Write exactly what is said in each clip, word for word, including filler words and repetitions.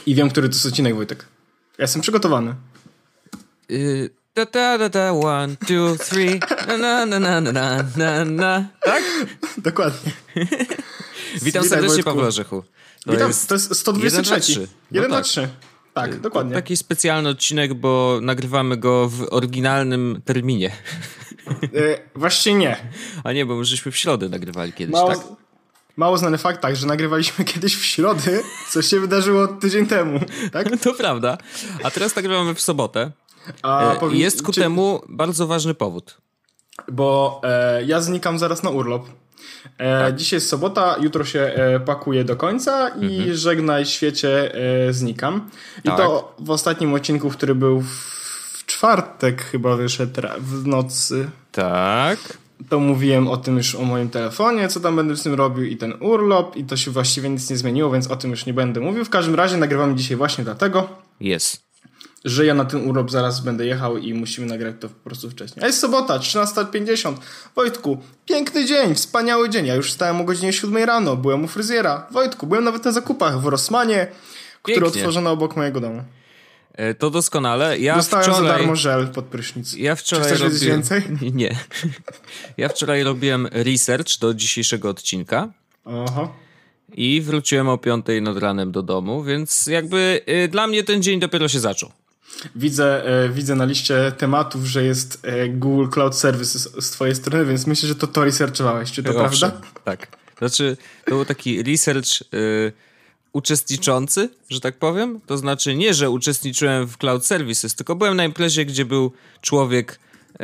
I wiem, który to jest odcinek, Wojtek. Ja jestem przygotowany. Y, da, da, da, da, one, two, three, na, na, na, na, na, na, na. Tak? Dokładnie. Witam serdecznie, Pawle Orzechu. To Witam, jest to jest sto dwadzieścia trzy. jeden, dwa, trzy. Tak, dokładnie. Taki specjalny odcinek, bo nagrywamy go w oryginalnym terminie. Yy, właściwie nie. A nie, bo my żeśmy w środę nagrywali kiedyś, mało, tak? Mało znany fakt, tak, że nagrywaliśmy kiedyś w środę, co się wydarzyło tydzień temu, tak? To prawda. A teraz nagrywamy w sobotę. A, e, powi- jest ku czy... temu bardzo ważny powód. Bo e, ja znikam zaraz na urlop. E, tak. Dzisiaj jest sobota, jutro się e, pakuję do końca i mhm. żegnaj świecie, e, znikam. I tak. to w ostatnim odcinku, który był w, w czwartek chyba wyszedł w nocy. Tak. To mówiłem o tym już o moim telefonie, co tam będę z tym robił i ten urlop i to się właściwie nic nie zmieniło, więc o tym już nie będę mówił. W każdym razie nagrywamy dzisiaj właśnie dlatego, jest. że ja na ten urlop zaraz będę jechał i musimy nagrać to po prostu wcześniej. A jest sobota, trzynasta pięćdziesiąt. Wojtku, piękny dzień, wspaniały dzień. Ja już wstałem o godzinie siódmej rano, byłem u fryzjera. Wojtku, byłem nawet na zakupach w Rossmanie, który otworzono obok mojego domu. E, to doskonale. Ja Dostałem wczoraj... za darmo żel pod prysznic. Ja wczoraj Czy chcesz robiłem... więcej? Nie. Ja wczoraj robiłem research do dzisiejszego odcinka. Aha. I wróciłem o piątej nad ranem do domu, więc jakby y, dla mnie ten dzień dopiero się zaczął. Widzę, e, widzę na liście tematów, że jest e, Google Cloud Services z twojej strony, więc myślę, że to to researchowałeś. Czy to Owszem, prawda? Tak. Znaczy, to był taki research y, uczestniczący, że tak powiem. To znaczy nie, że uczestniczyłem w Cloud Services, tylko byłem na imprezie, gdzie był człowiek y,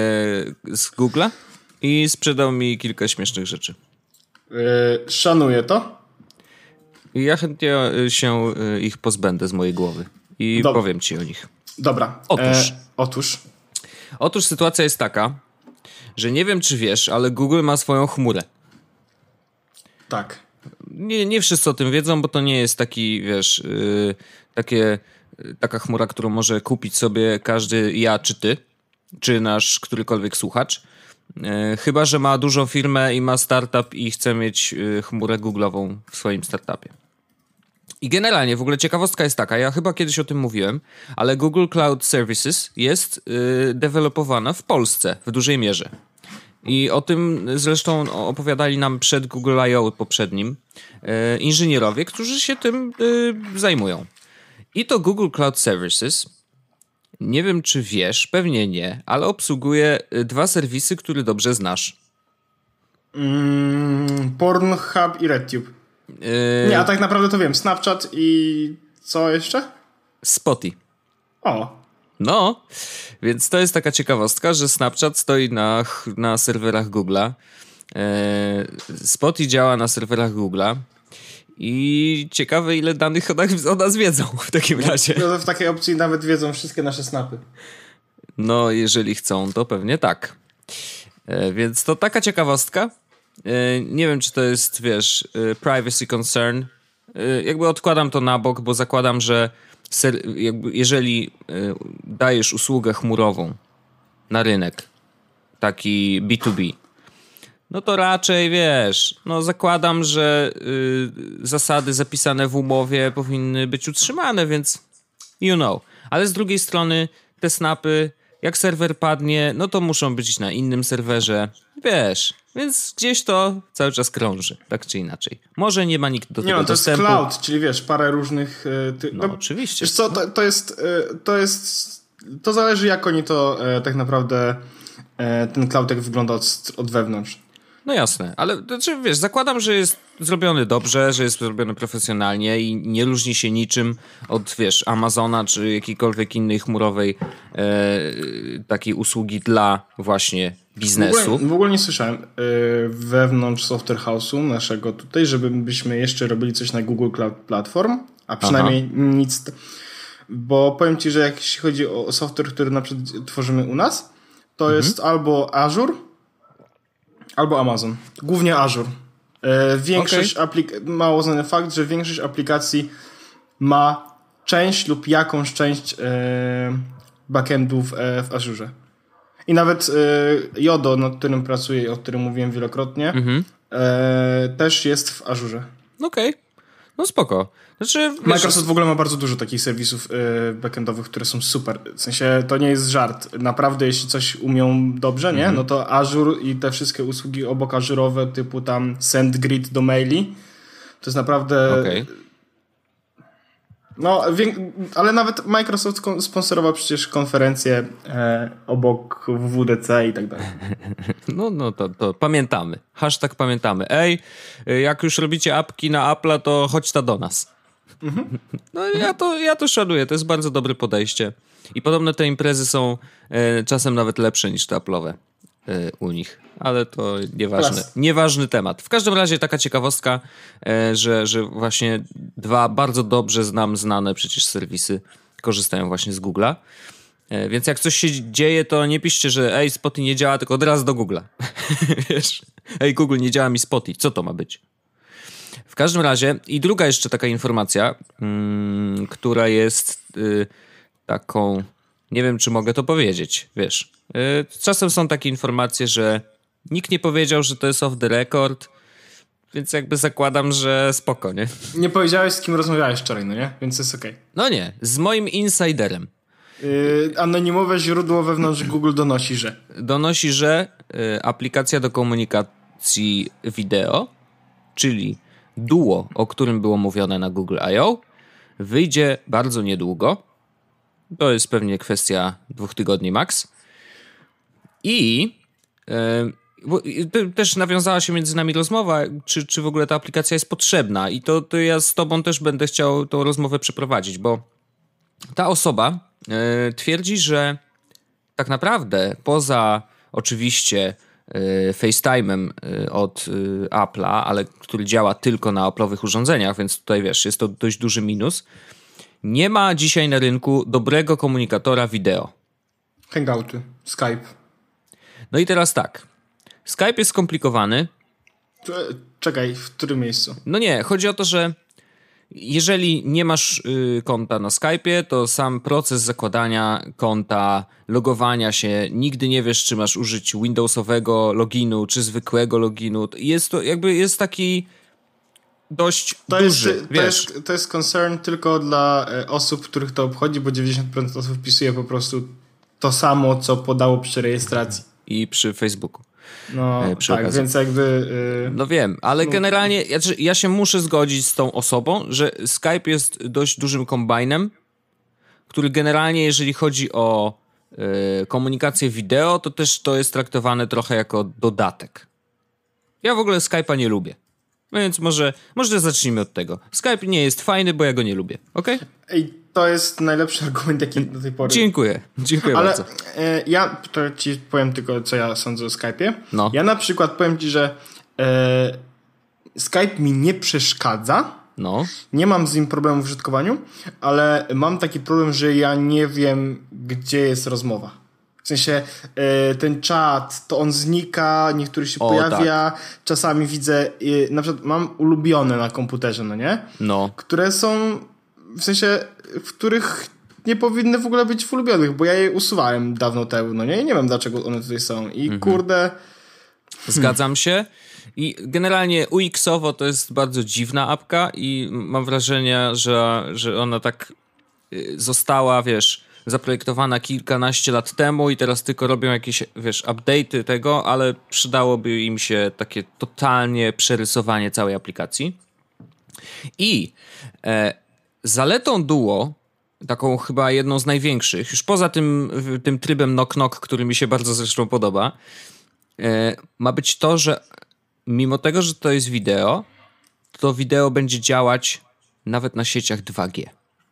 z Google'a i sprzedał mi kilka śmiesznych rzeczy. E, szanuję to. I ja chętnie się y, ich pozbędę z mojej głowy. I Dob- powiem ci o nich. Dobra. Otóż. E, otóż. Otóż sytuacja jest taka, że nie wiem, czy wiesz, ale Google ma swoją chmurę. Tak. Nie, nie wszyscy o tym wiedzą, bo to nie jest taki, wiesz, yy, takie, yy, taka chmura, którą może kupić sobie każdy, ja czy ty, czy nasz którykolwiek słuchacz. Yy, chyba że ma dużą firmę i ma startup i chce mieć yy, chmurę Google'ową w swoim startupie. I generalnie w ogóle ciekawostka jest taka, ja chyba kiedyś o tym mówiłem, ale Google Cloud Services jest yy, dewelopowana w Polsce w dużej mierze. I o tym zresztą opowiadali nam przed Google I O poprzednim yy, inżynierowie, którzy się tym yy, zajmują. I to Google Cloud Services, nie wiem czy wiesz, pewnie nie, ale obsługuje dwa serwisy, które dobrze znasz. Mm, Pornhub i RedTube. Yy... Nie, a tak naprawdę to wiem. Snapchat i co jeszcze? Spotify. O. No, więc to jest taka ciekawostka, że Snapchat stoi na, na serwerach Google'a. Yy, Spotify działa na serwerach Google'a. I ciekawe, ile danych o nas, o nas wiedzą w takim razie. No, w takiej opcji nawet wiedzą wszystkie nasze snapy. No, jeżeli chcą, to pewnie tak. Yy, więc to taka ciekawostka. Nie wiem, czy to jest, wiesz, privacy concern. Jakby odkładam to na bok, bo zakładam, że ser, jakby jeżeli dajesz usługę chmurową na rynek, taki B dwa B, no to raczej, wiesz, no zakładam, że y, zasady zapisane w umowie powinny być utrzymane, więc you know. Ale z drugiej strony te snapy, jak serwer padnie, no to muszą być na innym serwerze, wiesz, więc gdzieś to cały czas krąży, tak czy inaczej. Może nie ma nikt do tego nie, no, to dostępu. jest cloud, czyli wiesz, parę różnych... Ty... No, no oczywiście. Wiesz co, to, to jest... To jest... To zależy, jak oni to tak naprawdę... Ten cloud jak wygląda od, od wewnątrz. No jasne, ale znaczy, wiesz, zakładam, że jest zrobiony dobrze, że jest zrobiony profesjonalnie i nie różni się niczym od, wiesz, Amazona czy jakiejkolwiek innej chmurowej e, takiej usługi dla właśnie biznesu. W ogóle, w ogóle nie słyszałem e, wewnątrz Software House'u naszego tutaj, żebyśmy jeszcze robili coś na Google Cloud Platform, a przynajmniej Aha. nic. Bo powiem ci, że jak jeśli chodzi o software, który na przykład tworzymy u nas, to mhm. jest albo Azure, albo Amazon. Głównie Azure. E, większość okay. aplik- mało znany fakt, że większość aplikacji ma część lub jakąś część e, backendów e, w Azure. I nawet e, Yodo, nad którym pracuję, o którym mówiłem wielokrotnie, mm-hmm. e, też jest w Azure. Okej. Okay. No spoko. Znaczy, wiesz, Microsoft w ogóle ma bardzo dużo takich serwisów yy, backendowych, które są super. W sensie to nie jest żart. Naprawdę jeśli coś umią dobrze, nie? Mm-hmm. No to Azure i te wszystkie usługi obok Azure'owe typu tam SendGrid do maili, to jest naprawdę... Okay. No, ale nawet Microsoft sponsorował przecież konferencję e, obok W W D C i tak dalej. No, no to, to pamiętamy. Hashtag pamiętamy. Ej, jak już robicie apki na Apple'a, to chodź ta do nas. Mhm. No ja to, ja to szanuję, to jest bardzo dobre podejście. I podobno te imprezy są e, czasem nawet lepsze niż te Apple'owe e, u nich. Ale to nieważne. Nieważny temat. W każdym razie taka ciekawostka, e, że, że właśnie dwa bardzo dobrze znam znane przecież serwisy korzystają właśnie z Google'a. E, więc jak coś się dzieje, to nie piszcie, że ej, Spotify nie działa, tylko od razu do Google'a. Wiesz? Ej, Google, nie działa mi Spotify. Co to ma być? W każdym razie i druga jeszcze taka informacja, mm, która jest y, taką, nie wiem czy mogę to powiedzieć, wiesz. Y, czasem są takie informacje, że nikt nie powiedział, że to jest off the record, więc jakby zakładam, że spoko, nie? Nie powiedziałeś, z kim rozmawiałeś wczoraj, no nie? Więc jest okej. Okay. No nie, z moim insiderem. Yy, anonimowe źródło wewnątrz Google donosi, że... Donosi, że y, aplikacja do komunikacji wideo, czyli Duo, o którym było mówione na Google I O, wyjdzie bardzo niedługo. To jest pewnie kwestia dwóch tygodni max. I e, też nawiązała się między nami rozmowa, czy, czy w ogóle ta aplikacja jest potrzebna. I to, to ja z tobą też będę chciał tą rozmowę przeprowadzić, bo ta osoba e, twierdzi, że tak naprawdę poza oczywiście FaceTime'em od Apple'a, ale który działa tylko na Apple'owych urządzeniach, więc tutaj wiesz, jest to dość duży minus. Nie ma dzisiaj na rynku dobrego komunikatora wideo. Hangouty, Skype. No i teraz tak. Skype jest skomplikowany. Czekaj, w którym miejscu? No nie, chodzi o to, że jeżeli nie masz y, konta na Skype'ie, to sam proces zakładania konta, logowania się, nigdy nie wiesz, czy masz użyć Windowsowego loginu, czy zwykłego loginu. Jest to jakby jest taki dość to duży, jest, wiesz. To jest, to jest concern tylko dla osób, których to obchodzi, bo dziewięćdziesiąt procent osób wpisuje po prostu to samo, co podało przy rejestracji. I przy Facebooku. No przy tak, okazji. Więc jakby... Yy... No wiem, ale no. generalnie ja, ja się muszę zgodzić z tą osobą, że Skype jest dość dużym kombajnem, który generalnie, jeżeli chodzi o yy, komunikację wideo, to też to jest traktowane trochę jako dodatek. Ja w ogóle Skype'a nie lubię. No więc może, może zacznijmy od tego. Skype nie jest fajny, bo ja go nie lubię, okej? Okay? Ej, to jest najlepszy argument, jaki do tej pory... Dziękuję, dziękuję Ale bardzo. Ale ja to ci powiem tylko, co ja sądzę o Skype'ie. No. Ja na przykład powiem ci, że e, Skype mi nie przeszkadza. No. Nie mam z nim problemu w użytkowaniu, ale mam taki problem, że ja nie wiem, gdzie jest rozmowa. W sensie e, ten czat, to on znika, niektóry się o, pojawia, tak. Czasami widzę, e, na przykład mam ulubione na komputerze, no nie? No. Które są, w sensie, w których nie powinny w ogóle być w ulubionych, bo ja je usuwałem dawno temu, no nie? I nie wiem, dlaczego one tutaj są. I mhm. kurde... Zgadzam się. I generalnie U X-owo to jest bardzo dziwna apka i mam wrażenie, że, że ona tak została, wiesz, zaprojektowana kilkanaście lat temu i teraz tylko robią jakieś, wiesz, update'y tego, ale przydałoby im się takie totalnie przerysowanie całej aplikacji. I e, zaletą Duo, taką chyba jedną z największych, już poza tym, tym trybem knock-knock, który mi się bardzo zresztą podoba, e, ma być to, że mimo tego, że to jest wideo, to wideo będzie działać nawet na sieciach dwa G.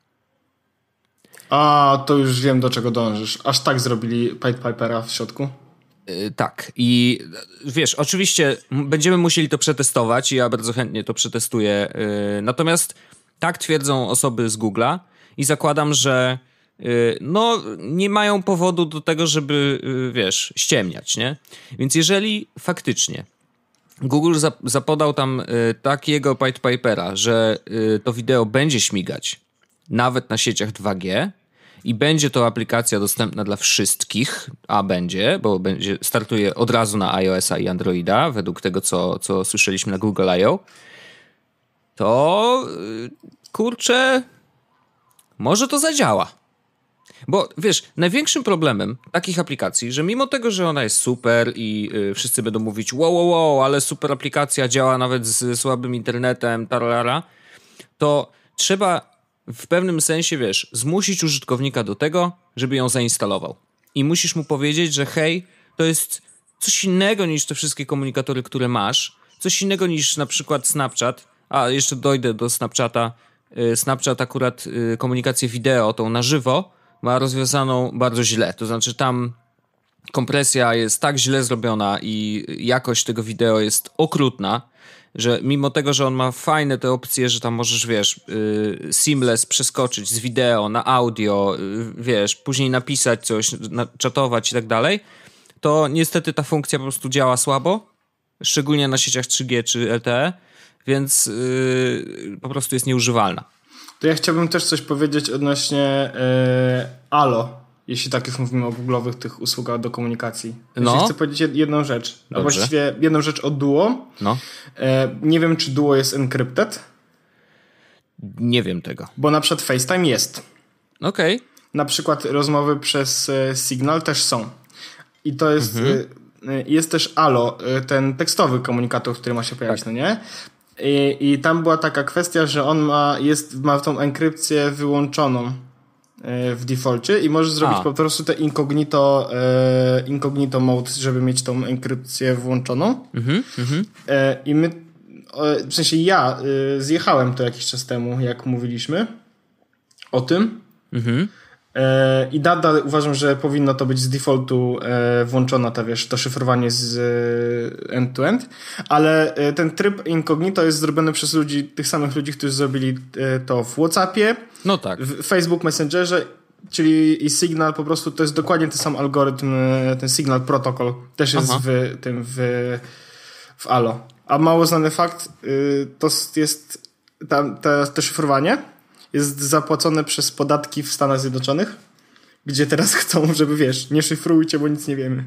A, to już wiem, do czego dążysz. Aż tak zrobili Pied Pipera w środku? Yy, tak. I wiesz, oczywiście będziemy musieli to przetestować i ja bardzo chętnie to przetestuję. Yy, natomiast tak twierdzą osoby z Google'a i zakładam, że yy, no nie mają powodu do tego, żeby, yy, wiesz, ściemniać, nie? Więc jeżeli faktycznie Google zap- zapodał tam y, takiego Pied Pipera, że y, to wideo będzie śmigać nawet na sieciach dwa G i będzie to aplikacja dostępna dla wszystkich, a będzie, bo będzie startuje od razu na iOS-a i Androida, według tego, co, co słyszeliśmy na Google I O, to kurczę, może to zadziała. Bo wiesz, największym problemem takich aplikacji, że mimo tego, że ona jest super i y, wszyscy będą mówić wow, wow, wow, ale super aplikacja, działa nawet z słabym internetem, tarara, to trzeba w pewnym sensie, wiesz, zmusić użytkownika do tego, żeby ją zainstalował. I musisz mu powiedzieć, że hej, to jest coś innego niż te wszystkie komunikatory, które masz, coś innego niż na przykład Snapchat, a jeszcze dojdę do Snapchata. Y, Snapchat akurat y, komunikację wideo, tą na żywo, ma rozwiązaną bardzo źle. To znaczy tam kompresja jest tak źle zrobiona i jakość tego wideo jest okrutna, że mimo tego, że on ma fajne te opcje, że tam możesz, wiesz, yy, seamless przeskoczyć z wideo na audio, yy, wiesz, później napisać coś, na, czatować i tak dalej, to niestety ta funkcja po prostu działa słabo, szczególnie na sieciach trzy G czy L T E, więc yy, po prostu jest nieużywalna. To ja chciałbym też coś powiedzieć odnośnie yy, Allo, jeśli tak już mówimy o google'owych tych usługach do komunikacji. No. Chcę powiedzieć jedną rzecz, a właściwie jedną rzecz o Duo. No. Yy, nie wiem, czy Duo jest encrypted. Nie wiem tego. Bo na przykład FaceTime jest. Okej. Okay. Na przykład rozmowy przez Signal też są. I to jest, mhm. yy, jest też Allo, yy, ten tekstowy komunikator, który ma się pojawić, tak. No nie? I, I tam była taka kwestia, że on ma, jest, ma tą enkrypcję wyłączoną w defaulcie i możesz zrobić A. po prostu te incognito, e, incognito mode, żeby mieć tą enkrypcję włączoną. Mm-hmm, mm-hmm. E, I my, e, w sensie ja e, zjechałem to jakiś czas temu, jak mówiliśmy o tym. Mm-hmm. E, I nadal uważam, że powinno to być z defaultu e, włączona ta, wiesz, to szyfrowanie z e, end-to-end, ale e, ten tryb incognito jest zrobiony przez ludzi, tych samych ludzi, którzy zrobili e, to w WhatsAppie, no tak. w Facebook Messengerze, czyli i Signal, po prostu to jest dokładnie ten sam algorytm, ten Signal Protocol też jest Aha. w tym w, w Allo. A mało znany fakt, y, to jest tam, to, to szyfrowanie jest zapłacone przez podatki w Stanach Zjednoczonych, gdzie teraz chcą, żeby, wiesz, nie szyfrujcie, bo nic nie wiemy.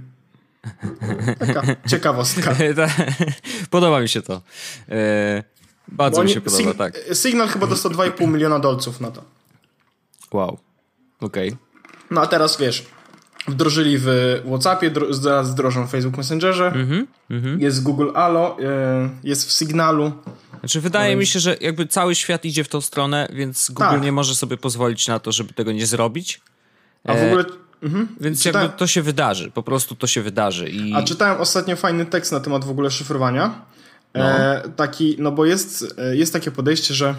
Taka ciekawostka. Podoba mi się to. E, bardzo oni, mi się podoba, Sig- tak. Signal chyba dostał dwa i pół miliona dolców na to. Wow. Okej. Okay. No a teraz, wiesz, wdrożyli w WhatsAppie, dro- zaraz wdrożą w Facebook Messengerze, mm-hmm, mm-hmm. jest Google Allo, jest w Signalu. Znaczy wydaje mi się, że jakby cały świat idzie w tą stronę, więc Google tak. nie może sobie pozwolić na to, żeby tego nie zrobić. A w ogóle... Mhm. Więc Czyta... jakby to się wydarzy, po prostu to się wydarzy. I... A czytałem ostatnio fajny tekst na temat w ogóle szyfrowania. No. E, taki, no bo jest, jest takie podejście, że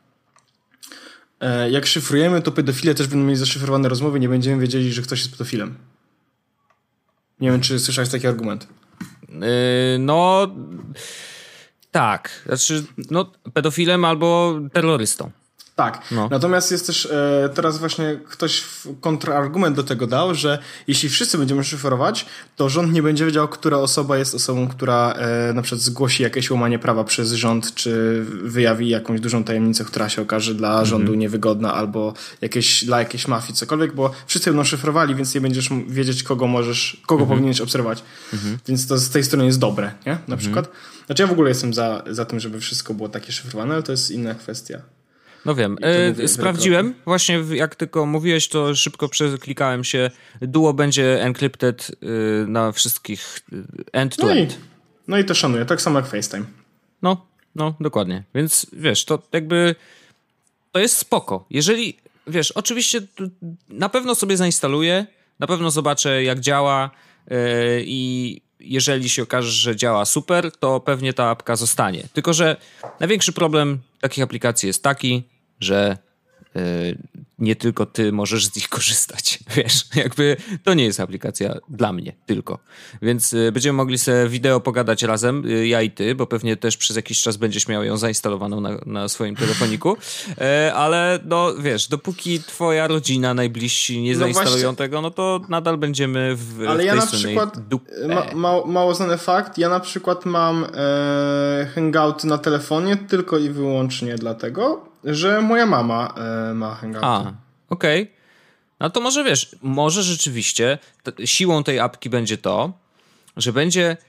e, jak szyfrujemy, to pedofile też będą mieli zaszyfrowane rozmowy, nie będziemy wiedzieli, że ktoś jest pedofilem. Nie wiem, czy słyszałeś taki argument. Yy, no... Tak, znaczy, no, pedofilem albo terrorystą. Tak, no. Natomiast jest też e, teraz właśnie ktoś kontrargument do tego dał, że jeśli wszyscy będziemy szyfrować, to rząd nie będzie wiedział, która osoba jest osobą, która e, na przykład zgłosi jakieś łamanie prawa przez rząd, czy wyjawi jakąś dużą tajemnicę, która się okaże dla mhm. rządu niewygodna, albo jakieś, dla jakiejś mafii, cokolwiek, bo wszyscy będą szyfrowali, więc nie będziesz wiedzieć, kogo możesz, kogo mhm. powinieneś obserwować. Mhm. Więc to z tej strony jest dobre, nie? Na mhm. przykład. Znaczy ja w ogóle jestem za, za tym, żeby wszystko było takie szyfrowane, ale to jest inna kwestia. No wiem, e, sprawdziłem, właśnie jak tylko mówiłeś, to szybko przeklikałem się, Duo będzie encrypted y, na wszystkich end-to-end. No i, no i to szanuję, tak samo jak FaceTime. No, no, dokładnie, więc wiesz, to jakby to jest spoko. Jeżeli, wiesz, oczywiście na pewno sobie zainstaluję, na pewno zobaczę jak działa y, i jeżeli się okaże, że działa super, to pewnie ta apka zostanie. Tylko że największy problem takich aplikacji jest taki, że yy, nie tylko ty możesz z nich korzystać. Wiesz, jakby to nie jest aplikacja dla mnie tylko. Więc yy, będziemy mogli sobie wideo pogadać razem, yy, ja i ty, bo pewnie też przez jakiś czas będziesz miał ją zainstalowaną na, na swoim telefoniku. Yy, ale no wiesz, dopóki twoja rodzina, najbliżsi nie no zainstalują właśnie... tego, no to nadal będziemy w, ale w ja tej na przykład, ma, ma, mało znany fakt, ja na przykład mam e, hangouty na telefonie tylko i wyłącznie dlatego, że moja mama e, ma hangouty. A, okej. Okay. No to może wiesz, może rzeczywiście t- siłą tej apki będzie to, że będzie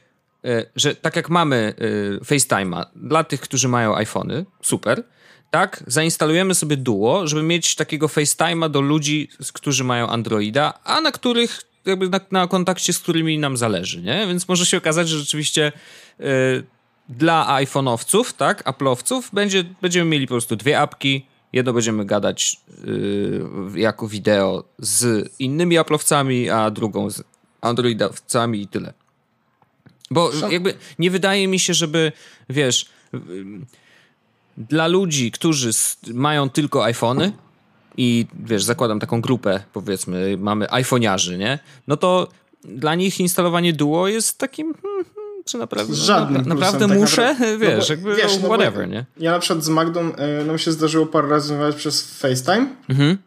że tak jak mamy FaceTime'a dla tych, którzy mają iPhony, super, tak, zainstalujemy sobie Duo, żeby mieć takiego FaceTime'a do ludzi, którzy mają Androida, a na których, jakby na, na kontakcie, z którymi nam zależy, nie? Więc może się okazać, że rzeczywiście yy, dla iPhone'owców, tak, Apple'owców będzie, będziemy mieli po prostu dwie apki. Jedno będziemy gadać yy, jako wideo z innymi Apple'owcami, a drugą z Androidowcami i tyle. Bo jakby nie wydaje mi się, żeby, wiesz, yy, dla ludzi, którzy mają tylko iPhony i, wiesz, zakładam taką grupę, powiedzmy, mamy iPhoniarzy, nie? No to dla nich instalowanie Duo jest takim... Hmm, czy naprawdę, żadnym no, naprawdę tak muszę? Naprawdę, wiesz, no bo, jakby wiesz, no whatever, bo nie? Ja na przykład z Magdą, no mi się zdarzyło parę razy rozmawiać przez FaceTime. Mhm.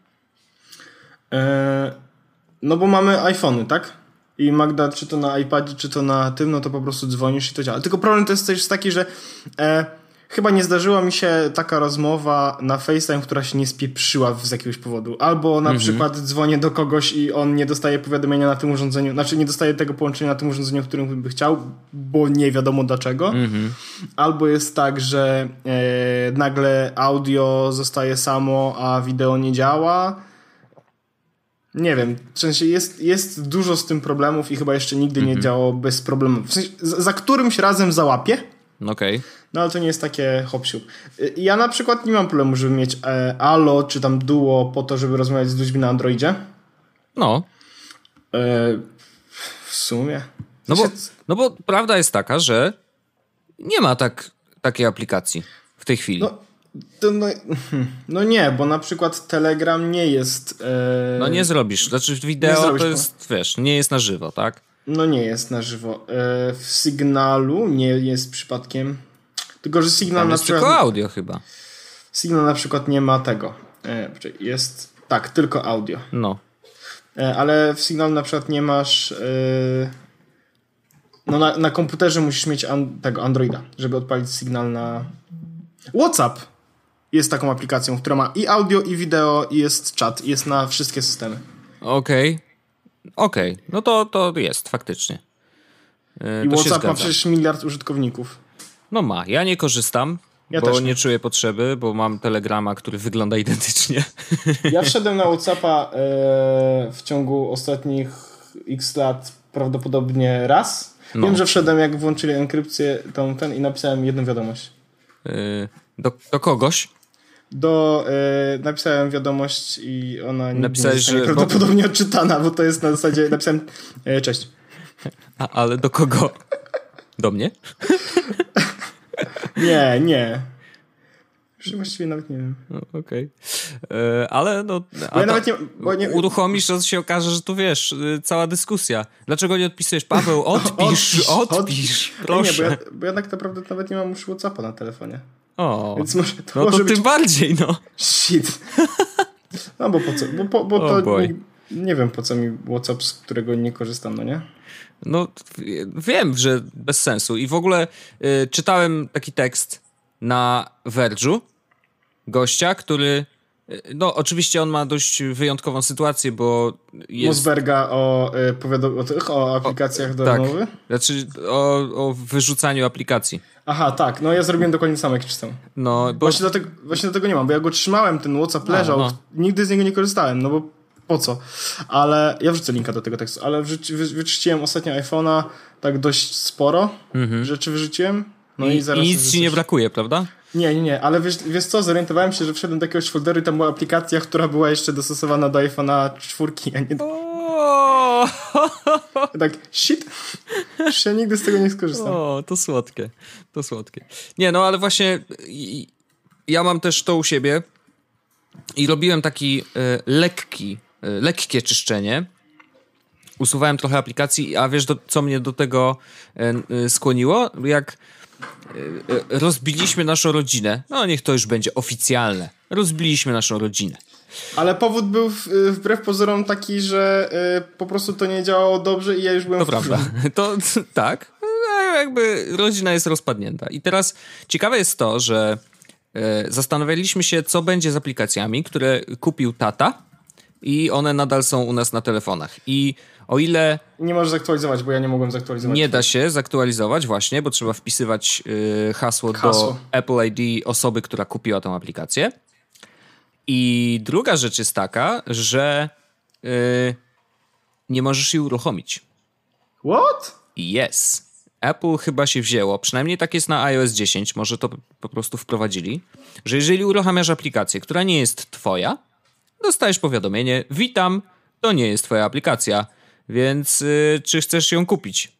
E, no bo mamy iPhony, tak? I Magda, czy to na iPadzie, czy to na tym, no to po prostu dzwonisz i to działa. Tylko problem to jest też taki, że e, chyba nie zdarzyła mi się taka rozmowa na FaceTime, która się nie spieprzyła z jakiegoś powodu. Albo na mhm. przykład dzwonię do kogoś i on nie dostaje powiadomienia na tym urządzeniu, znaczy nie dostaje tego połączenia na tym urządzeniu, którym by chciał, bo nie wiadomo dlaczego. Mhm. Albo jest tak, że e, nagle audio zostaje samo, a wideo nie działa. Nie wiem, w sensie jest, jest dużo z tym problemów i chyba jeszcze nigdy mhm. nie działało bez problemów. W sensie, za którymś razem załapię. Okej. Okay. No ale to nie jest takie hop-siup. Ja na przykład nie mam problemu, żeby mieć e, Allo czy tam Duo po to, żeby rozmawiać z ludźmi na Androidzie. No. E, w sumie. No bo, no bo prawda jest taka, że nie ma tak, takiej aplikacji w tej chwili. No, to no, no nie, bo na przykład Telegram nie jest... E, no nie zrobisz. Znaczy wideo zrobisz, to jest, no. wiesz, nie jest na żywo, tak? No nie jest na żywo. E, w Signalu nie jest przypadkiem... Tylko, że Signal Tam na jest przykład... tylko audio chyba. Signal na przykład nie ma tego. E, jest... Tak, tylko audio. No. E, ale w Signalu na przykład nie masz... E, no na, na komputerze musisz mieć an, tego Androida, żeby odpalić Signal na... WhatsApp jest taką aplikacją, która ma i audio, i wideo, i jest czat. I jest na wszystkie systemy. Okej. Okay. Okej. Okay. No to, to jest faktycznie. E, I WhatsApp ma przecież miliard użytkowników. No ma. Ja nie korzystam, ja bo nie. nie czuję potrzeby, bo mam Telegrama, który wygląda identycznie. Ja wszedłem na WhatsAppa e, w ciągu ostatnich x lat prawdopodobnie raz. No. Wiem, że wszedłem, jak włączyli enkrypcję tą, ten i napisałem jedną wiadomość. Yy, do, do kogoś? Do, e, napisałem wiadomość i ona nie Napisałeś, zostanie że prawdopodobnie bo... odczytana, bo to jest na zasadzie, napisałem e, cześć. A, ale do kogo? Do mnie? Nie, nie. Już właściwie nawet nie wiem. No, okej. Okay. Ale no... Bo ja nawet nie, bo nie... Uruchomisz, to się okaże, że tu wiesz, cała dyskusja. Dlaczego nie odpisujesz? Paweł, odpisz, odpisz, odpisz proszę. Nie, bo ja, bo ja tak naprawdę nawet nie mam już WhatsAppa na telefonie. O, więc może, to no może to być... tym bardziej, no. Shit. No bo po co? Bo, bo, bo oh to nie, nie wiem, po co mi WhatsApp, z którego nie korzystam, no nie? No wiem, że bez sensu. I w ogóle y, czytałem taki tekst na Verge'u gościa, który y, no oczywiście on ma dość wyjątkową sytuację, bo jest... Mosberga o, y, powiadom- o, tych, o aplikacjach o, do tak. rozmowy? Znaczy o, o wyrzucaniu aplikacji. Aha, tak. No ja zrobiłem dokładnie samo, jak czytam. No, bo... właśnie, dlatego, właśnie dlatego nie mam, bo ja go trzymałem, ten WhatsApp leżał, no. Nigdy z niego nie korzystałem, no bo po co? Ale ja wrzucę linka do tego tekstu, ale wrzuci, wy, wyczyściłem ostatnio iPhone'a tak dość sporo mm-hmm. rzeczy wyrzuciłem. No i, I, zaraz i nic ci nie brakuje, prawda? Nie, nie, nie, ale wiesz, wiesz co, zorientowałem się, że wszedłem do jakiegoś folderu i tam była aplikacja, która była jeszcze dostosowana do iPhone'a czwórki, a nie do... Tak, shit, już ja nigdy z tego nie skorzystam. O, to słodkie, to słodkie. Nie, no ale właśnie ja mam też to u siebie i robiłem taki y, lekki, y, lekkie czyszczenie. Usuwałem trochę aplikacji, a wiesz, do, co mnie do tego y, y, skłoniło? Jak y, y, rozbiliśmy naszą rodzinę, no niech to już będzie oficjalne, rozbiliśmy naszą rodzinę. Ale powód był w, wbrew pozorom taki, że y, po prostu to nie działało dobrze i ja już byłem to w prawda. To tak, jakby rodzina jest rozpadnięta. I teraz ciekawe jest to, że y, zastanawialiśmy się, co będzie z aplikacjami, które kupił tata i one nadal są u nas na telefonach. I o ile... Nie możesz zaktualizować, bo ja nie mogłem zaktualizować. Nie da się zaktualizować właśnie, bo trzeba wpisywać y, hasło, hasło do Apple I D osoby, która kupiła tę aplikację. I druga rzecz jest taka, że y, nie możesz jej uruchomić. What? Yes. Apple chyba się wzięło, przynajmniej tak jest na iOS dziesięć, może to po prostu wprowadzili, że jeżeli uruchamiasz aplikację, która nie jest twoja, dostajesz powiadomienie: witam, to nie jest twoja aplikacja, więc yy, czy chcesz ją kupić?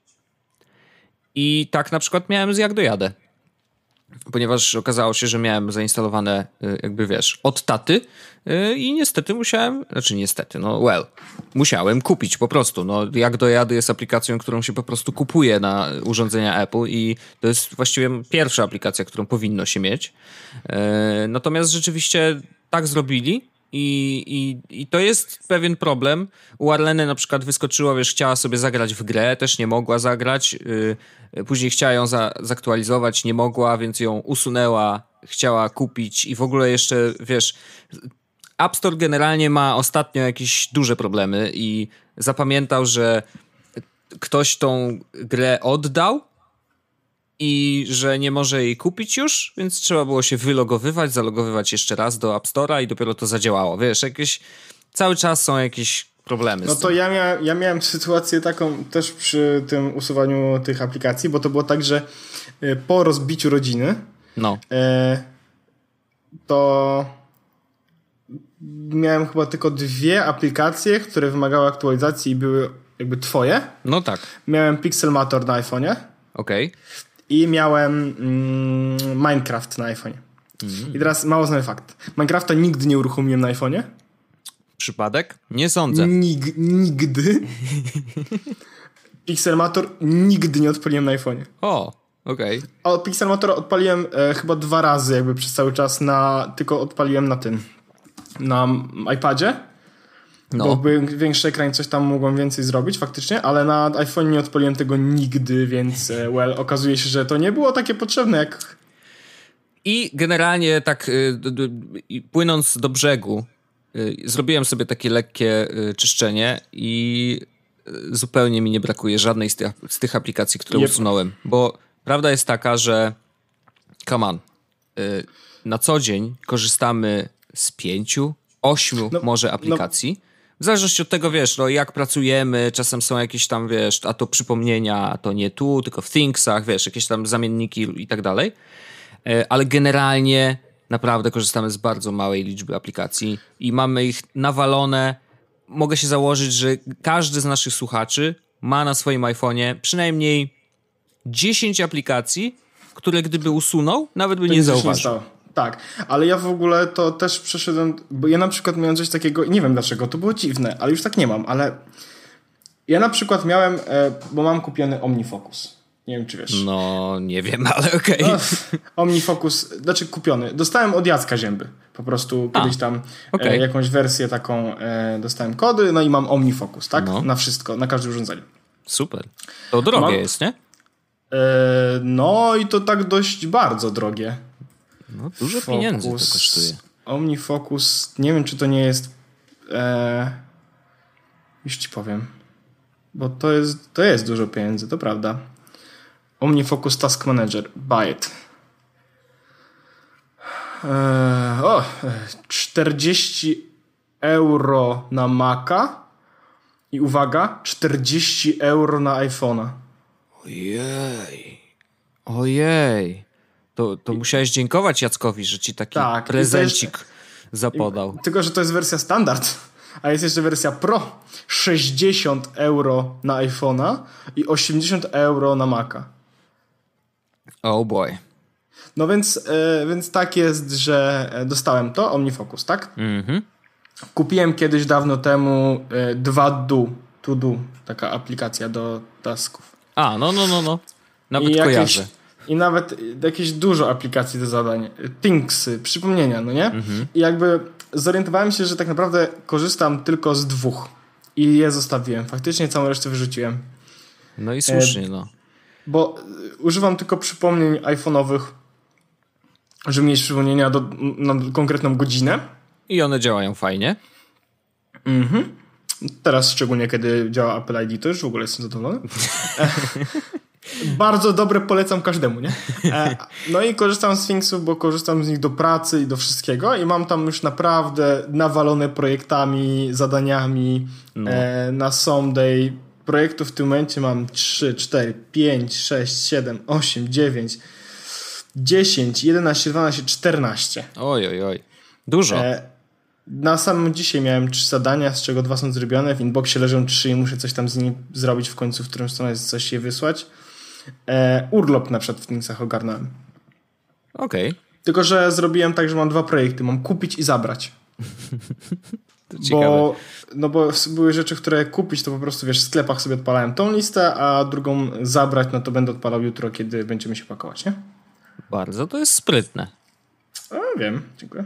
I tak na przykład miałem z Jak dojadę. Ponieważ okazało się, że miałem zainstalowane, jakby wiesz, od taty yy, i niestety musiałem, znaczy niestety, no well, musiałem kupić po prostu. No, Jak dojadę jest aplikacją, którą się po prostu kupuje na urządzenia Apple i to jest właściwie pierwsza aplikacja, którą powinno się mieć. Yy, natomiast rzeczywiście tak zrobili. I, i, I to jest pewien problem. U Arleny na przykład wyskoczyło, wiesz, chciała sobie zagrać w grę, też nie mogła zagrać. Yy, później chciała ją za, zaktualizować, nie mogła, więc ją usunęła, chciała kupić i w ogóle jeszcze, wiesz, App Store generalnie ma ostatnio jakieś duże problemy i zapamiętał, że ktoś tą grę oddał i że nie może jej kupić już, więc trzeba było się wylogowywać, zalogowywać jeszcze raz do App Store'a i dopiero to zadziałało. Wiesz, jakieś cały czas są jakieś problemy. No to ja, mia- ja miałem sytuację taką też przy tym usuwaniu tych aplikacji, bo to było tak, że po rozbiciu rodziny no. e, to miałem chyba tylko dwie aplikacje, które wymagały aktualizacji i były jakby twoje. No tak. Miałem Pixelmator na iPhone'ie. Okej. Okay. I miałem mm, Minecraft na iPhone'ie. Mm. I teraz mało znany fakt. Minecrafta nigdy nie uruchomiłem na iPhone'ie. Przypadek? Nie sądzę. Nig- nigdy. Pixelmator nigdy nie odpaliłem na iPhone'ie. O, okej. Okay. A Pixelmator odpaliłem e, chyba dwa razy jakby przez cały czas na... Tylko odpaliłem na tym. Na iPadzie. No. Bo był większy ekran, coś tam mogłem więcej zrobić faktycznie, ale na iPhone nie odpaliłem tego nigdy, więc well, okazuje się, że to nie było takie potrzebne jak... I generalnie tak y, d, d, płynąc do brzegu y, zrobiłem sobie takie lekkie y, czyszczenie i y, zupełnie mi nie brakuje żadnej z tych, z tych aplikacji, które yep. usunąłem, bo prawda jest taka, że come on, y, na co dzień korzystamy z pięciu, ośmiu no, może aplikacji. No. W zależności od tego, wiesz, no jak pracujemy, czasem są jakieś tam, wiesz, a to przypomnienia, a to nie tu, tylko w Thingsach, wiesz, jakieś tam zamienniki i tak dalej. Ale generalnie naprawdę korzystamy z bardzo małej liczby aplikacji i mamy ich nawalone. Mogę się założyć, że każdy z naszych słuchaczy ma na swoim iPhone'ie przynajmniej dziesięć aplikacji, które gdyby usunął, nawet by to nie zauważył. Nie tak, ale ja w ogóle to też przeszedłem, bo ja na przykład miałem coś takiego, nie wiem dlaczego, to było dziwne, ale już tak nie mam, ale ja na przykład miałem, bo mam kupiony OmniFocus. Nie wiem, czy wiesz. No, nie wiem, ale okej. Okay. No, OmniFocus, znaczy kupiony. Dostałem od Jacka Zięby. Po prostu A, kiedyś tam okay. e, jakąś wersję taką e, dostałem kody, no i mam OmniFocus, tak? No. Na wszystko, na każde urządzenie. Super. To drogie mam, jest, nie? E, no i to tak dość bardzo drogie. No, dużo Focus, pieniędzy to kosztuje. OmniFocus, nie wiem, czy to nie jest... E, już ci powiem. Bo to jest, to jest dużo pieniędzy, to prawda. OmniFocus Task Manager. Buy it. Eee, o, czterdzieści euro na Maca i uwaga, czterdzieści euro na iPhone'a. Ojej. Ojej. To, to I... musiałeś dziękować Jackowi, że ci taki tak, prezencik jest... zapodał. I, tylko, że to jest wersja standard. A jest jeszcze wersja Pro. sześćdziesiąt euro na iPhone'a i osiemdziesiąt euro na Maca. Oh boy. No więc, e, więc tak jest, że dostałem to, OmniFocus, tak? Mhm. Kupiłem kiedyś dawno temu e, dwa do, to do, taka aplikacja do tasków. A, no, no, no, no. Nawet I kojarzę. Jakieś, I nawet jakieś dużo aplikacji do zadań. Thingsy, przypomnienia, no nie? Mhm. I jakby zorientowałem się, że tak naprawdę korzystam tylko z dwóch. I je zostawiłem. Faktycznie całą resztę wyrzuciłem. No i słusznie, e, no. Bo używam tylko przypomnień iPhone'owych, żeby mieć przypomnienia do, na konkretną godzinę. I one działają fajnie. Mhm. Teraz szczególnie, kiedy działa Apple I D, to już w ogóle jestem zadowolony. Bardzo dobre, polecam każdemu, nie? No i korzystam z Thingsów, bo korzystam z nich do pracy i do wszystkiego i mam tam już naprawdę nawalone projektami, zadaniami no. na Someday. Projektów w tym momencie mam trzy, cztery, pięć, sześć, siedem, osiem, dziewięć, dziesięć, jedenaście, dwanaście, czternaście. Oj, oj, oj. Dużo. E, na samym dzisiaj miałem trzy zadania, z czego dwa są zrobione. W inboxie leżą trzy i muszę coś tam z nimi zrobić w końcu, w którym stronę coś je wysłać. E, urlop na przykład w Thingsach ogarnąłem. Okej. Okay. Tylko, że zrobiłem tak, że mam dwa projekty. Mam kupić i zabrać. Bo, no bo były rzeczy, które kupić, to po prostu wiesz, w sklepach sobie odpalałem tą listę, a drugą zabrać, no to będę odpalał jutro, kiedy będziemy się pakować, nie? Bardzo, to jest sprytne. A, wiem, dziękuję.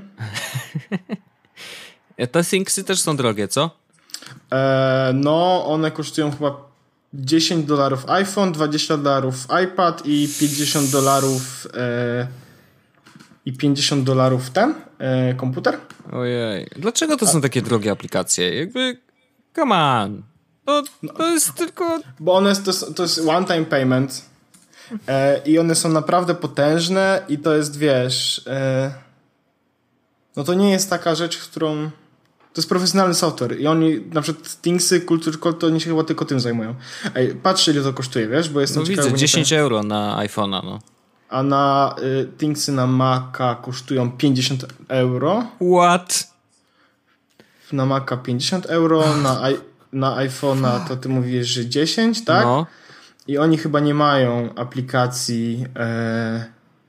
Te Thingsy też są drogie, co? E, no, one kosztują chyba dziesięć dolarów iPhone, dwadzieścia dolarów iPad i pięćdziesiąt dolarów e, i pięćdziesiąt dolarów ten e, komputer. Ojej. Dlaczego to są takie drogie aplikacje? Jakby, come on. To, to jest tylko... Bo one, to jest, to jest one-time payment e, i one są naprawdę potężne i to jest, wiesz... E, no to nie jest taka rzecz, którą... To jest profesjonalny software i oni, na przykład Thingsy, Culture Code, to oni się chyba tylko tym zajmują. Ej, patrzcie, ile to kosztuje, wiesz? Bo jestem no ciekawy, widzę, dziesięć ten... euro na iPhone'a, no. A na y, Thingsy na Maca kosztują pięćdziesiąt euro. What? Na Maca pięćdziesiąt euro, na, i, na iPhone'a to ty mówisz, że dziesięć, tak? No. I oni chyba nie mają aplikacji e,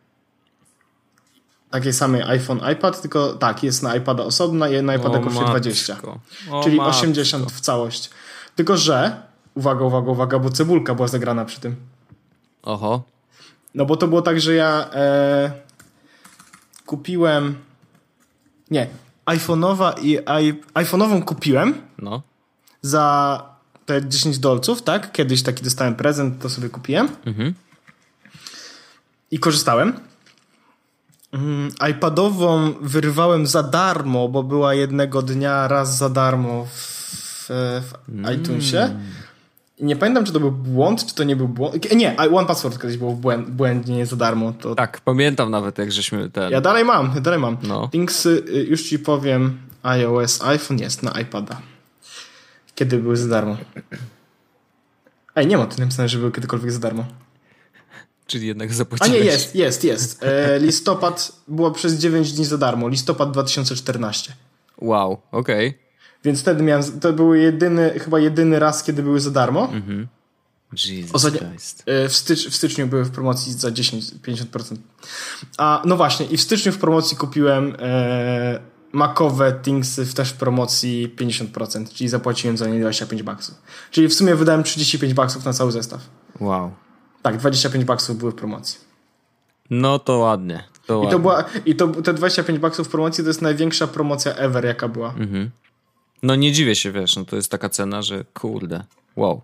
takiej samej iPhone, iPad, tylko tak, jest na iPada osobna i na iPada kosztuje dwadzieścia. O czyli matko. osiemdziesiąt w całość. Tylko, że uwaga, uwaga, uwaga, bo cebulka była zagrana przy tym. Oho. No bo to było tak, że ja e, kupiłem nie, iPhone'owa i i iPhone'ową kupiłem no. za te dziesięć dolców, tak? Kiedyś taki dostałem prezent, to sobie kupiłem. Mhm. I korzystałem. Mm, iPadową wyrwałem za darmo, bo była jednego dnia raz za darmo w, w mm. iTunesie. Nie pamiętam, czy to był błąd, czy to nie był błąd. Nie, One Password kiedyś był błęd, błędnie za darmo. To... Tak, pamiętam nawet, jak żeśmy ten... Ja dalej mam, ja dalej mam. No. Things, już ci powiem, iOS, iPhone jest na iPada. Kiedy były za darmo. Ej, nie ma tu napisane, że były kiedykolwiek za darmo. Czyli jednak zapłaciłeś. A nie, jest, jest, jest. E, listopad było przez dziewięć dni za darmo. Listopad dwa tysiące czternasty. Wow, okej. Okay. Więc wtedy miałem, to był jedyny, chyba jedyny raz, kiedy były za darmo. Mhm. Jesus Ostatnio, Christ. W, stycz, w styczniu były w promocji za dziesięć do pięćdziesięciu procent. A no właśnie, i w styczniu w promocji kupiłem e, Macowe Thingsy w też w promocji pięćdziesiąt procent, czyli zapłaciłem za nie dwadzieścia pięć baksów. Czyli w sumie wydałem trzydzieści pięć baksów na cały zestaw. Wow. Tak, dwadzieścia pięć baksów były w promocji. No to ładnie. To I ładnie. to była, i to te dwadzieścia pięć baksów w promocji to jest największa promocja ever, jaka była. Mhm. No nie dziwię się, wiesz, no to jest taka cena, że kurde, wow.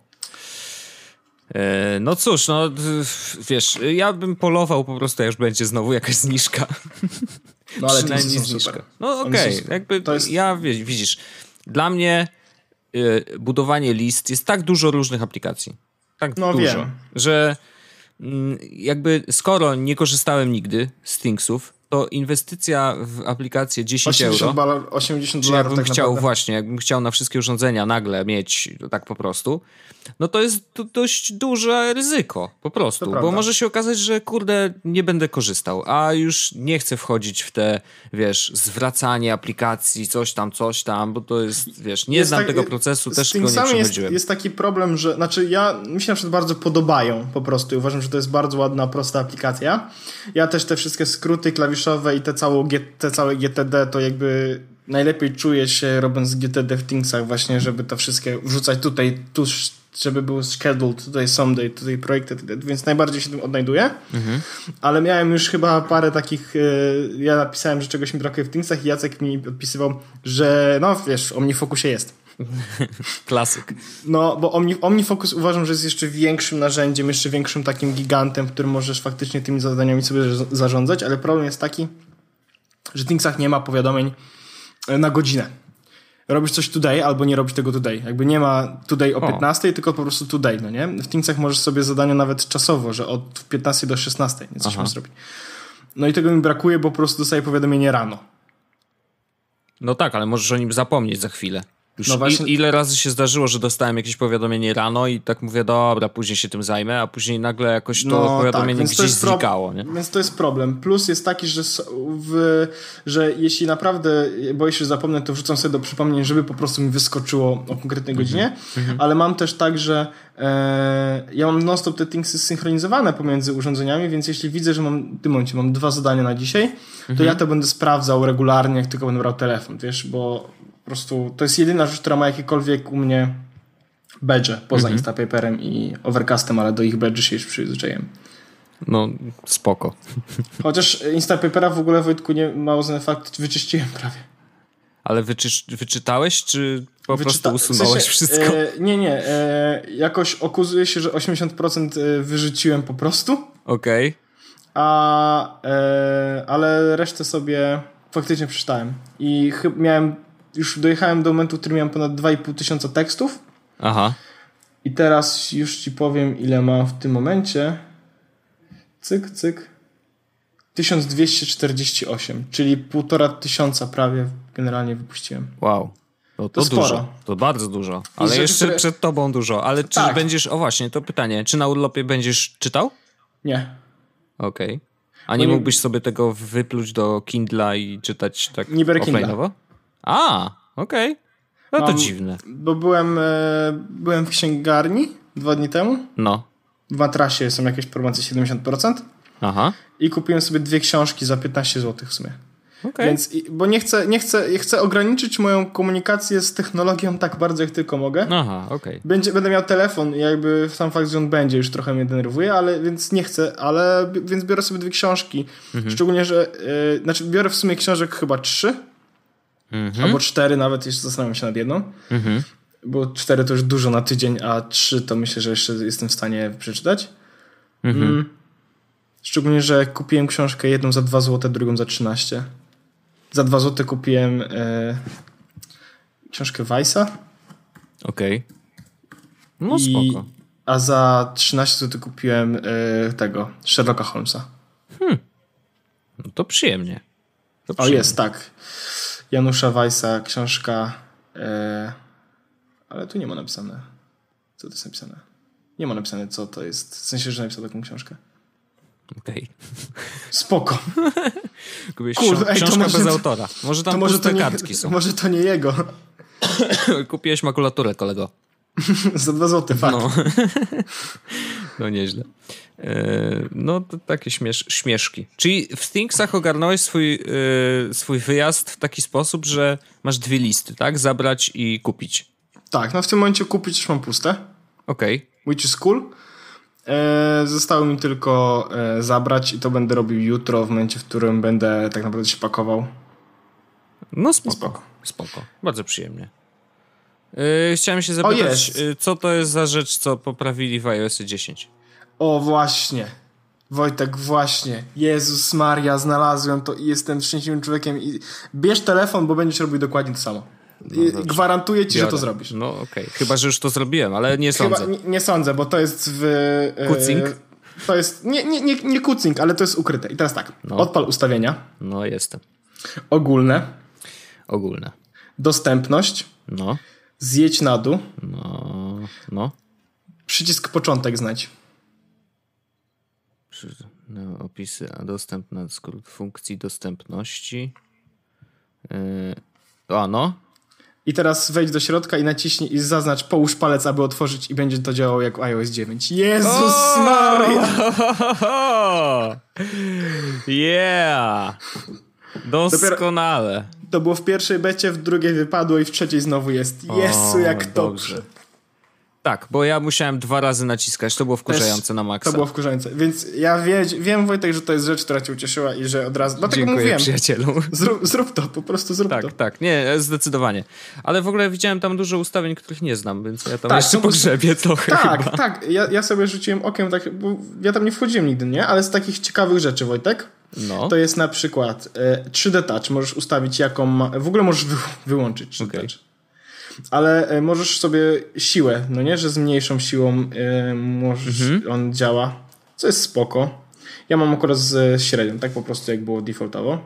E, no cóż, no wiesz, ja bym polował po prostu, już będzie znowu jakaś zniżka. No ale przynajmniej są zniżka. super. No okej, okay. Jakby to jest... ja, widzisz, dla mnie y, budowanie list jest tak dużo różnych aplikacji. Tak no dużo, wiem. że y, jakby skoro nie korzystałem nigdy z Thingsów, to inwestycja w aplikację dziesięć euro. osiemdziesiąt czy dolarów. Jakbym tak chciał naprawdę. właśnie, jakbym chciał na wszystkie urządzenia nagle mieć tak po prostu, no to jest to dość duże ryzyko po prostu, bo może się okazać, że kurde, nie będę korzystał, a już nie chcę wchodzić w te, wiesz, zwracanie aplikacji, coś tam, coś tam, bo to jest, wiesz, nie jest znam tak, tego procesu, też go nie przechodziłem. Jest, jest taki problem, że, znaczy ja, mi się na przykład bardzo podobają po prostu i uważam, że to jest bardzo ładna, prosta aplikacja. Ja też te wszystkie skróty klawiszowe i te całe, te całe G T D to jakby najlepiej czuję się robiąc G T D w Thingsach właśnie, żeby to wszystkie wrzucać tutaj, tu, żeby był scheduled, tutaj someday, tutaj projekty, więc najbardziej się tym odnajduję. Mhm. Ale miałem już chyba parę takich, ja napisałem, że czegoś mi brakuje w Thingsach i Jacek mi odpisywał, że no wiesz, OmniFocusie jest. Klasyk. No, bo Omni, OmniFocus uważam, że jest jeszcze większym narzędziem, jeszcze większym takim gigantem, w którym możesz faktycznie tymi zadaniami sobie zarządzać, ale problem jest taki, że w Thingsach nie ma powiadomień na godzinę. robisz coś today albo nie robisz tego today. Jakby nie ma today o piętnastej, tylko po prostu today, no nie? W Thingsach możesz sobie zadania nawet czasowo, że od piętnastej do szesnastej nie coś masz zrobić. No i tego mi brakuje, bo po prostu dostaję powiadomienie rano. No tak, ale możesz o nim zapomnieć za chwilę. Już no właśnie... i, ile razy się zdarzyło, że dostałem jakieś powiadomienie rano i tak mówię, dobra, później się tym zajmę, a później nagle jakoś to no, powiadomienie tak, gdzieś znikało. Nie? Więc to jest problem. Plus jest taki, że, w, że jeśli naprawdę boję się, że zapomnę, to wrzucam sobie do przypomnień, żeby po prostu mi wyskoczyło o konkretnej godzinie, mm-hmm. ale mam też tak, że e, ja mam non-stop te Thingsy zsynchronizowane pomiędzy urządzeniami, więc jeśli widzę, że mam w tym momencie mam dwa zadania na dzisiaj, to mm-hmm. ja to będę sprawdzał regularnie, jak tylko będę brał telefon, wiesz, bo po prostu to jest jedyna rzecz, która ma jakiekolwiek u mnie badge poza mm-hmm. Instapaperem i Overcastem, ale do ich badge się już przyzwyczaiłem. No, spoko. Chociaż Instapapera w ogóle, Wojtku, nie mało znany fakt, wyczyściłem prawie. Ale wyczy- wyczytałeś, czy po Wyczyta- prostu usunąłeś w sensie, wszystko? E, nie, nie. E, jakoś okazuje się, że osiemdziesiąt procent wyrzuciłem po prostu. Okej. Okay. A e, ale resztę sobie faktycznie przeczytałem. I chyba miałem już dojechałem do momentu, w którym miałem ponad dwa i pół tysiąca tekstów. Aha. I teraz już ci powiem, ile mam w tym momencie. Cyk, cyk. tysiąc dwieście czterdzieści osiem, czyli półtora tysiąca prawie generalnie wypuściłem. Wow. No to, to dużo. To bardzo dużo. Ale rzeczy, jeszcze które... przed tobą dużo. Ale czy tak. będziesz... O właśnie, to pytanie. Czy na urlopie będziesz czytał? Nie. Okej. Okay. A nie, nie mógłbyś sobie tego wypluć do Kindla i czytać tak nie biorę offline'owo? A, okej. Okay. No to Mam, dziwne. Bo byłem, e, byłem w księgarni dwa dni temu. No. W matrasie są jakieś promocje siedemdziesiąt procent. Aha. I kupiłem sobie dwie książki za piętnaście złotych w sumie. Okay. Więc, bo nie chcę, nie chcę, chcę ograniczyć moją komunikację z technologią tak bardzo, jak tylko mogę. Aha, okej. Okay. Będzie, będę miał telefon, jakby sam fakt, że on będzie, już trochę mnie denerwuje, ale więc nie chcę, ale więc biorę sobie dwie książki. Mhm. Szczególnie, że yy, znaczy biorę w sumie książek chyba trzy. Mhm. Albo cztery nawet, jeszcze zastanawiam się nad jedną. Mhm. Bo cztery to już dużo na tydzień, a trzy to myślę, że jeszcze jestem w stanie przeczytać. Mhm. Mm. Szczególnie, że kupiłem książkę jedną za dwa złote, drugą za trzynaście. Za dwa złote kupiłem e, książkę Weissa. Okej. Okay. No spoko. A za trzynaście złotych kupiłem e, tego, Sherlocka Holmesa. Hmm. No to przyjemnie. To przyjemnie. O jest, tak. Janusza Weissa, książka e, ale tu nie ma napisane. Co to jest napisane? Nie ma napisane, co to jest. W sensie, że napisał taką książkę. Okej. Okay. Spoko. Kupiłeś Kurde, książka ej, może, bez autora. Może tam może puste nie, kartki są. Może to nie jego. Kupiłeś makulaturę, kolego. Za dwa złote, fakt. No, no nieźle. No to takie śmiesz, śmieszki. Czyli w Thingsach ogarnąłeś swój, yy, swój wyjazd w taki sposób, że masz dwie listy, tak? Zabrać i kupić. Tak, no w tym momencie kupić już mam puste. Okej. Okay. Which is cool. E, zostało mi tylko e, zabrać i to będę robił jutro, w momencie, w którym będę tak naprawdę się pakował. No spoko. Spoko. spoko. Bardzo przyjemnie. Yy, chciałem się zapytać, yy, co to jest za rzecz, co poprawili w iOS dziesięć? O, właśnie. Wojtek, właśnie. Jezus Maria, znalazłem to i jestem szczęśliwym człowiekiem. I bierz telefon, bo będziesz robił dokładnie to samo. No, gwarantuję ci, Biorę. że to zrobisz. No okej, okay. Chyba, że już to zrobiłem, ale nie Chyba, sądzę. Nie, nie sądzę, bo to jest w... Kucing? E, to jest... Nie, nie, nie, nie kucing, ale to jest ukryte. I teraz tak. No. Odpal ustawienia. No, jestem. Ogólne. Ogólne. Dostępność. No. Zjedź na dół. No. No. Przycisk początek znajdź. No, opisy, a dostęp na skrót funkcji dostępności. Yy, a no. I teraz wejdź do środka i naciśnij i zaznacz, połóż palec, aby otworzyć i będzie to działało jak iOS dziewięć. Jezus oh! Maria! Yeah! Doskonale. Dopiero to było w pierwszej becie, w drugiej wypadło i w trzeciej znowu jest. Jezu, jak dobrze. dobrze. Tak, bo ja musiałem dwa razy naciskać, to było wkurzające Też na maksa. To było wkurzające, więc ja wie, wiem, Wojtek, że to jest rzecz, która cię ucieszyła i że od razu... Dlatego Dziękuję, mówiłem. przyjacielu. Zrób, zrób to, po prostu zrób tak, to. Tak, tak, nie, zdecydowanie. Ale w ogóle widziałem tam dużo ustawień, których nie znam, więc ja tam tak, jeszcze pogrzebię trochę Tak, chyba. tak, ja, ja sobie rzuciłem okiem, tak, bo ja tam nie wchodziłem nigdy, nie? Ale z takich ciekawych rzeczy, Wojtek, no. to jest na przykład e, trzy D Touch, możesz ustawić jaką ma... W ogóle możesz wy, wyłączyć trzy D okay. Touch. ale możesz sobie siłę, no nie, że z mniejszą siłą y, możesz, mhm. on działa, co jest spoko. Ja mam akurat z średnią, tak po prostu jak było defaultowo.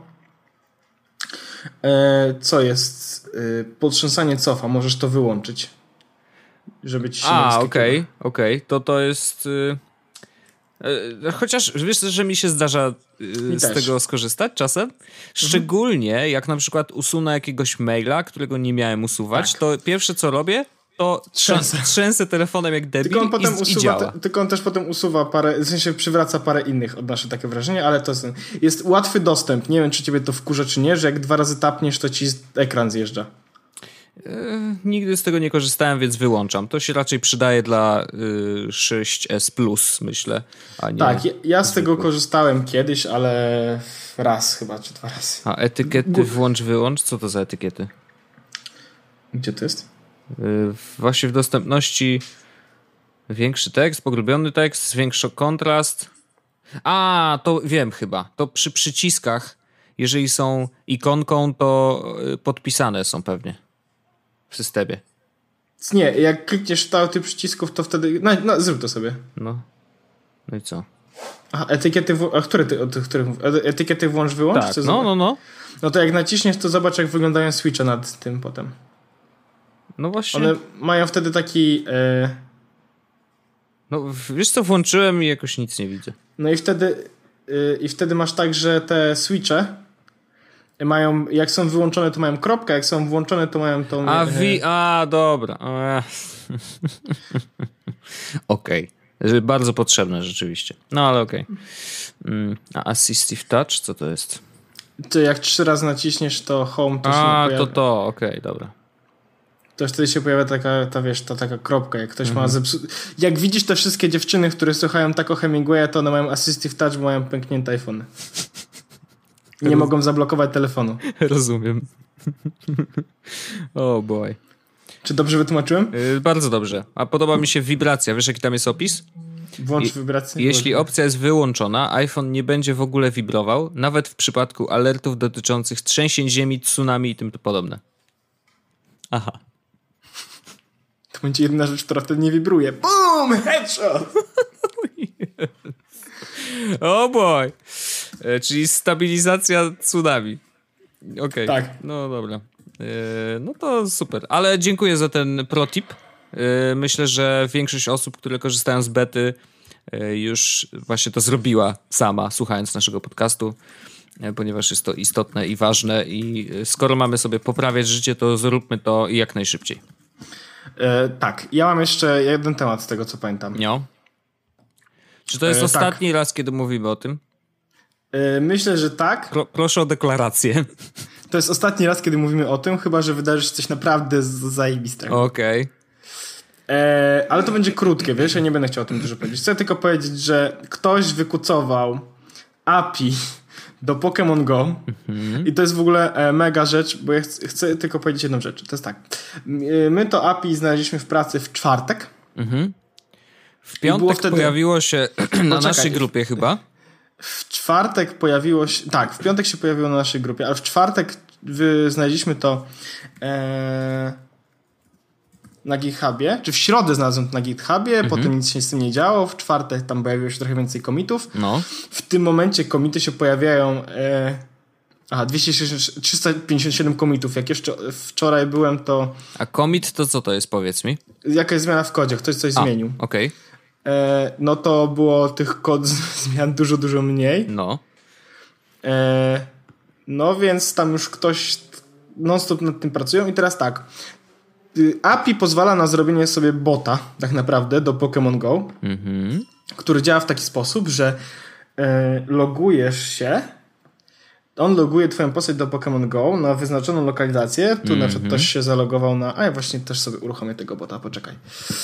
E, co jest? E, potrząsanie cofa, możesz to wyłączyć. Żeby ci się A, nie okej, okay, okej. Okay. To to jest... Y, y, chociaż wiesz, że mi się zdarza y, z też. tego skorzystać czasem. Szczególnie mhm. jak na przykład usunę jakiegoś maila, którego nie miałem usuwać, tak. to pierwsze co robię, to trzęsę, trzęsę telefonem jak debil tylko on potem i, usuwa, i działa. Te, tylko on też potem usuwa parę, w sensie przywraca parę innych, odnoszę takie wrażenie, ale to jest, jest łatwy dostęp. Nie wiem, czy ciebie to wkurza, czy nie, że jak dwa razy tapniesz, to ci ekran zjeżdża. Yy, nigdy z tego nie korzystałem, więc wyłączam. To się raczej przydaje dla yy, sześć S plus, myślę. A nie tak, ja, ja z tego korzystałem kiedyś, ale raz chyba, czy dwa razy. A etykiety włącz, wyłącz? Co to za etykiety? Gdzie to jest? Właśnie w dostępności większy tekst, pogrubiony tekst, zwiększa kontrast. A, to wiem chyba. To przy przyciskach, jeżeli są ikonką, to podpisane są pewnie w systemie. Nie, jak klikniesz kształty przycisków, to wtedy... No, no zrób to sobie. No. No i co? A etykiety... W... A które ty, o tych, których... Etykiety włącz, wyłącz? Tak, no, no, no. No to jak naciśniesz, to zobacz, jak wyglądają switche nad tym potem. No właśnie. One mają wtedy taki... E... No wiesz co, włączyłem i jakoś nic nie widzę. No i wtedy yy, i wtedy masz tak, że te switche mają, jak są wyłączone, to mają kropkę, jak są włączone, to mają tą... A, wi- a dobra. Okej. Okay. Bardzo potrzebne rzeczywiście. No ale okej. Okay. A Assistive Touch, co to jest? Ty jak trzy razy naciśniesz, to home to a, się nie pojawia. A, to to, okej, okay, dobra. To wtedy się pojawia taka, ta wiesz, ta taka kropka, jak ktoś mhm. ma zepsu... Jak widzisz te wszystkie dziewczyny, które słuchają Taco Hemingwaya, to one mają Assistive Touch, bo mają pęknięte iPhony. Nie Roz... mogą zablokować telefonu. Rozumiem. Oh boy. Czy dobrze wytłumaczyłem? Yy, bardzo dobrze. A podoba mi się wibracja. Wiesz, jaki tam jest opis? Włącz wibrację. Jeśli opcja jest wyłączona, iPhone nie będzie w ogóle wibrował, nawet w przypadku alertów dotyczących trzęsień ziemi, tsunami i tym podobne. Aha. To będzie jedna rzecz, która wtedy nie wibruje. Boom! Headshot! Oh boy! E, czyli stabilizacja tsunami. Okej. Okay. Tak. No dobra. E, no to super. Ale dziękuję za ten protip. E, myślę, że większość osób, które korzystają z bety, e, już właśnie to zrobiła sama, słuchając naszego podcastu, e, ponieważ jest to istotne i ważne i skoro mamy sobie poprawiać życie, to zróbmy to jak najszybciej. E, tak. Ja mam jeszcze jeden temat z tego, co pamiętam. No. Czy to jest e, ostatni tak. raz, kiedy mówimy o tym? E, myślę, że tak. Pro, proszę o deklarację. To jest ostatni raz, kiedy mówimy o tym, chyba że wydarzy się coś naprawdę zajebistego. Okej. Okay. E, ale to będzie krótkie, wiesz? Ja nie będę chciał o tym dużo powiedzieć. Chcę tylko powiedzieć, że ktoś wykucował A P I do Pokémon Go mm-hmm. i to jest w ogóle e, mega rzecz, bo ja chcę, chcę tylko powiedzieć jedną rzecz. To jest tak. My to A P I znaleźliśmy w pracy w czwartek. Mm-hmm. W piątek wtedy... pojawiło się na Poczekaj. naszej grupie chyba. W czwartek pojawiło się... Tak, w piątek się pojawiło na naszej grupie, ale w czwartek wy... znaleźliśmy to e... na GitHubie, czy w środę znalazłem to na GitHubie, mhm. potem nic się z tym nie działo, w czwartek tam pojawiło się trochę więcej commitów. No. W tym momencie commity się pojawiają... E... Aha, dwieście sześćdziesiąt, trzysta pięćdziesiąt siedem commitów. Jak jeszcze wczoraj byłem, to... A commit to co to jest, powiedz mi? Jaka jest zmiana w kodzie, ktoś coś A, zmienił. okej. Okay. E, no to było tych kod zmian dużo, dużo mniej. No. E, no więc tam już ktoś non-stop nad tym pracują i teraz tak. A P I pozwala na zrobienie sobie bota tak naprawdę do Pokémon Go, mm-hmm. który działa w taki sposób, że e, logujesz się, on loguje twoją postać do Pokémon Go na wyznaczoną lokalizację. Tu mm-hmm. na przykład ktoś się zalogował na... A ja właśnie też sobie uruchomię tego bota, poczekaj.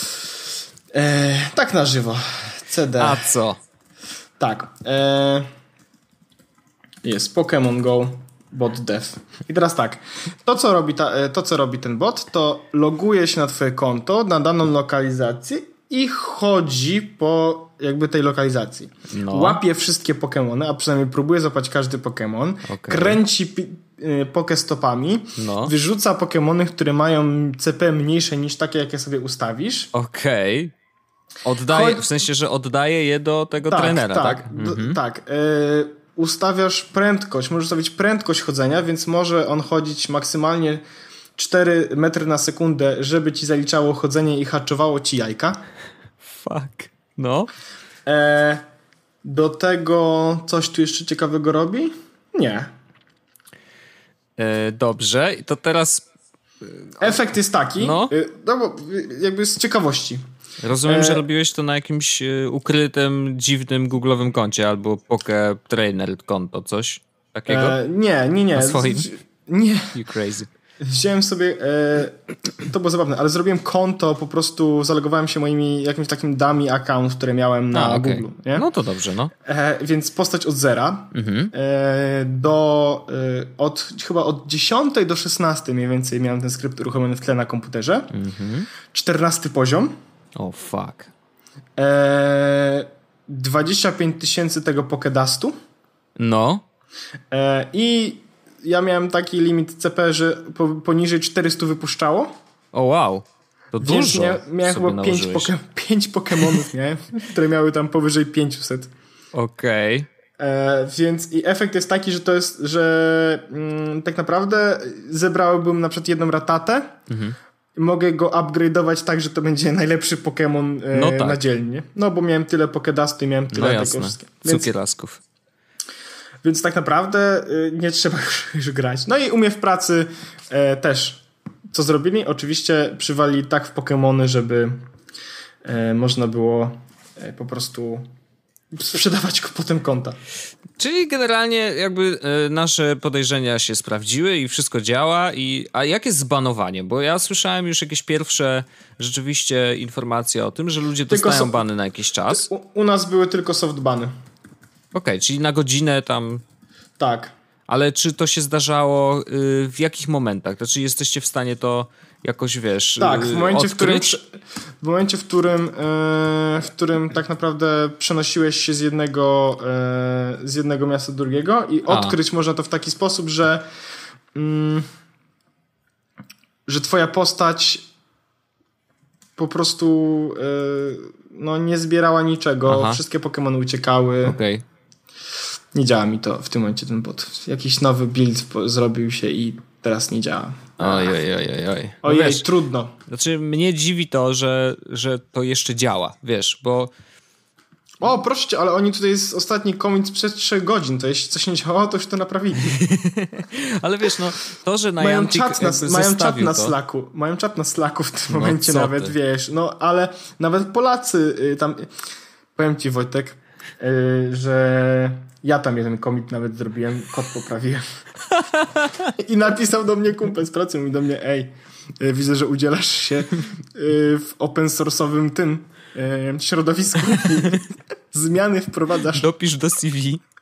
E, tak na żywo. C D. A co? Tak. E, jest Pokémon Go bot dev. I teraz tak. To co, robi ta, to, co robi ten bot, to loguje się na twoje konto, na daną lokalizację i chodzi po jakby tej lokalizacji. No. Łapie wszystkie Pokémony, a przynajmniej próbuje złapać każdy Pokémon. Okay. Kręci pi- y, pokestopami, no. wyrzuca Pokemony, które mają C P mniejsze niż takie, jakie sobie ustawisz. Okej. Okay. Oddaje, Chodź... w sensie, że oddaje je do tego tak, trenera, tak? Tak, mhm. tak. Y, ustawiasz prędkość, możesz ustawić prędkość chodzenia, więc może on chodzić maksymalnie cztery metry na sekundę, żeby ci zaliczało chodzenie i haczowało ci jajka. Fuck. No. E, do tego coś tu jeszcze ciekawego robi? Nie. E, dobrze. To teraz... Efekt jest taki, no, no bo jakby z ciekawości. Rozumiem, e... że robiłeś to na jakimś ukrytym, dziwnym googlowym koncie albo Poke Trainer konto, coś takiego? E, nie, nie, nie. Na swoim? Nie. You crazy. Wziąłem sobie, e, to było zabawne, ale zrobiłem konto, po prostu zalogowałem się moimi jakimś takim dummy account, które miałem na A, okay. Google. Nie? No to dobrze, no. E, więc postać od zera mhm. e, do, e, od, chyba od dziesiątej do szesnastej mniej więcej miałem ten skrypt uruchomiony w tle na komputerze. Mhm. czternasty poziom. O oh, fuck. E, dwadzieścia pięć tysięcy tego Pokedustu. No. E, I ja miałem taki limit C P, że po, poniżej czterysta wypuszczało. O oh, wow. To Więc dużo. Mia, miałem chyba pięć, poke, pięć Pokemonów, miałem, które miały tam powyżej pięćset. Okej. Okay. E, więc i efekt jest taki, że to jest, że mm, tak naprawdę zebrałbym na przykład jedną ratatę. Mhm. Mogę go upgrade'ować tak, że to będzie najlepszy Pokemon e, no tak. na dzielnie. No bo miałem tyle Pokedustu i miałem tyle no tego wszystkiego. Więc, cukierasków. Więc tak naprawdę y, nie trzeba już, już grać. No i u mnie w pracy e, też. Co zrobili? Oczywiście przywali tak w Pokemony, żeby e, można było e, po prostu sprzedawać potem konta. Czyli generalnie jakby e, nasze podejrzenia się sprawdziły i wszystko działa. I, a jak jest z banowaniem? Bo ja słyszałem już jakieś pierwsze rzeczywiście informacje o tym, że ludzie tylko dostają so- bany na jakiś czas. U, u nas były tylko softbany. Okej, okay, czyli na godzinę tam... Tak. Ale czy to się zdarzało y, w jakich momentach? Znaczy jesteście w stanie to jakoś, wiesz, tak, w momencie, w którym, odkryć? w momencie, w którym, yy, w którym tak naprawdę przenosiłeś się z jednego, yy, z jednego miasta do drugiego i odkryć A. można to w taki sposób, że yy, że twoja postać po prostu yy, no, nie zbierała niczego. Aha. Wszystkie Pokemony uciekały. Okej. Okay. Nie działa mi to w tym momencie ten bot. Jakiś nowy build zrobił się i teraz nie działa. Oj, oj, oj, oj. oj. No Ojej, wiesz, trudno. Znaczy mnie dziwi to, że, że to jeszcze działa, wiesz, bo... O, proszę cię, ale oni tutaj jest ostatni commit sprzed trzech godzin, to jeśli coś nie działało, to już to naprawili. Ale wiesz, no, to, że na mają czat na, mają czat na to... Slacku, mają czat na Slacku w tym no, momencie nawet, ty? wiesz, no, ale nawet Polacy y, tam... Powiem ci, Wojtek, y, że... Ja tam jeden commit nawet zrobiłem, kod poprawiłem. I napisał do mnie kumpel z pracy, mówi do mnie, ej, widzę, że udzielasz się w open source'owym tym środowisku. Zmiany wprowadzasz. Dopisz do C V.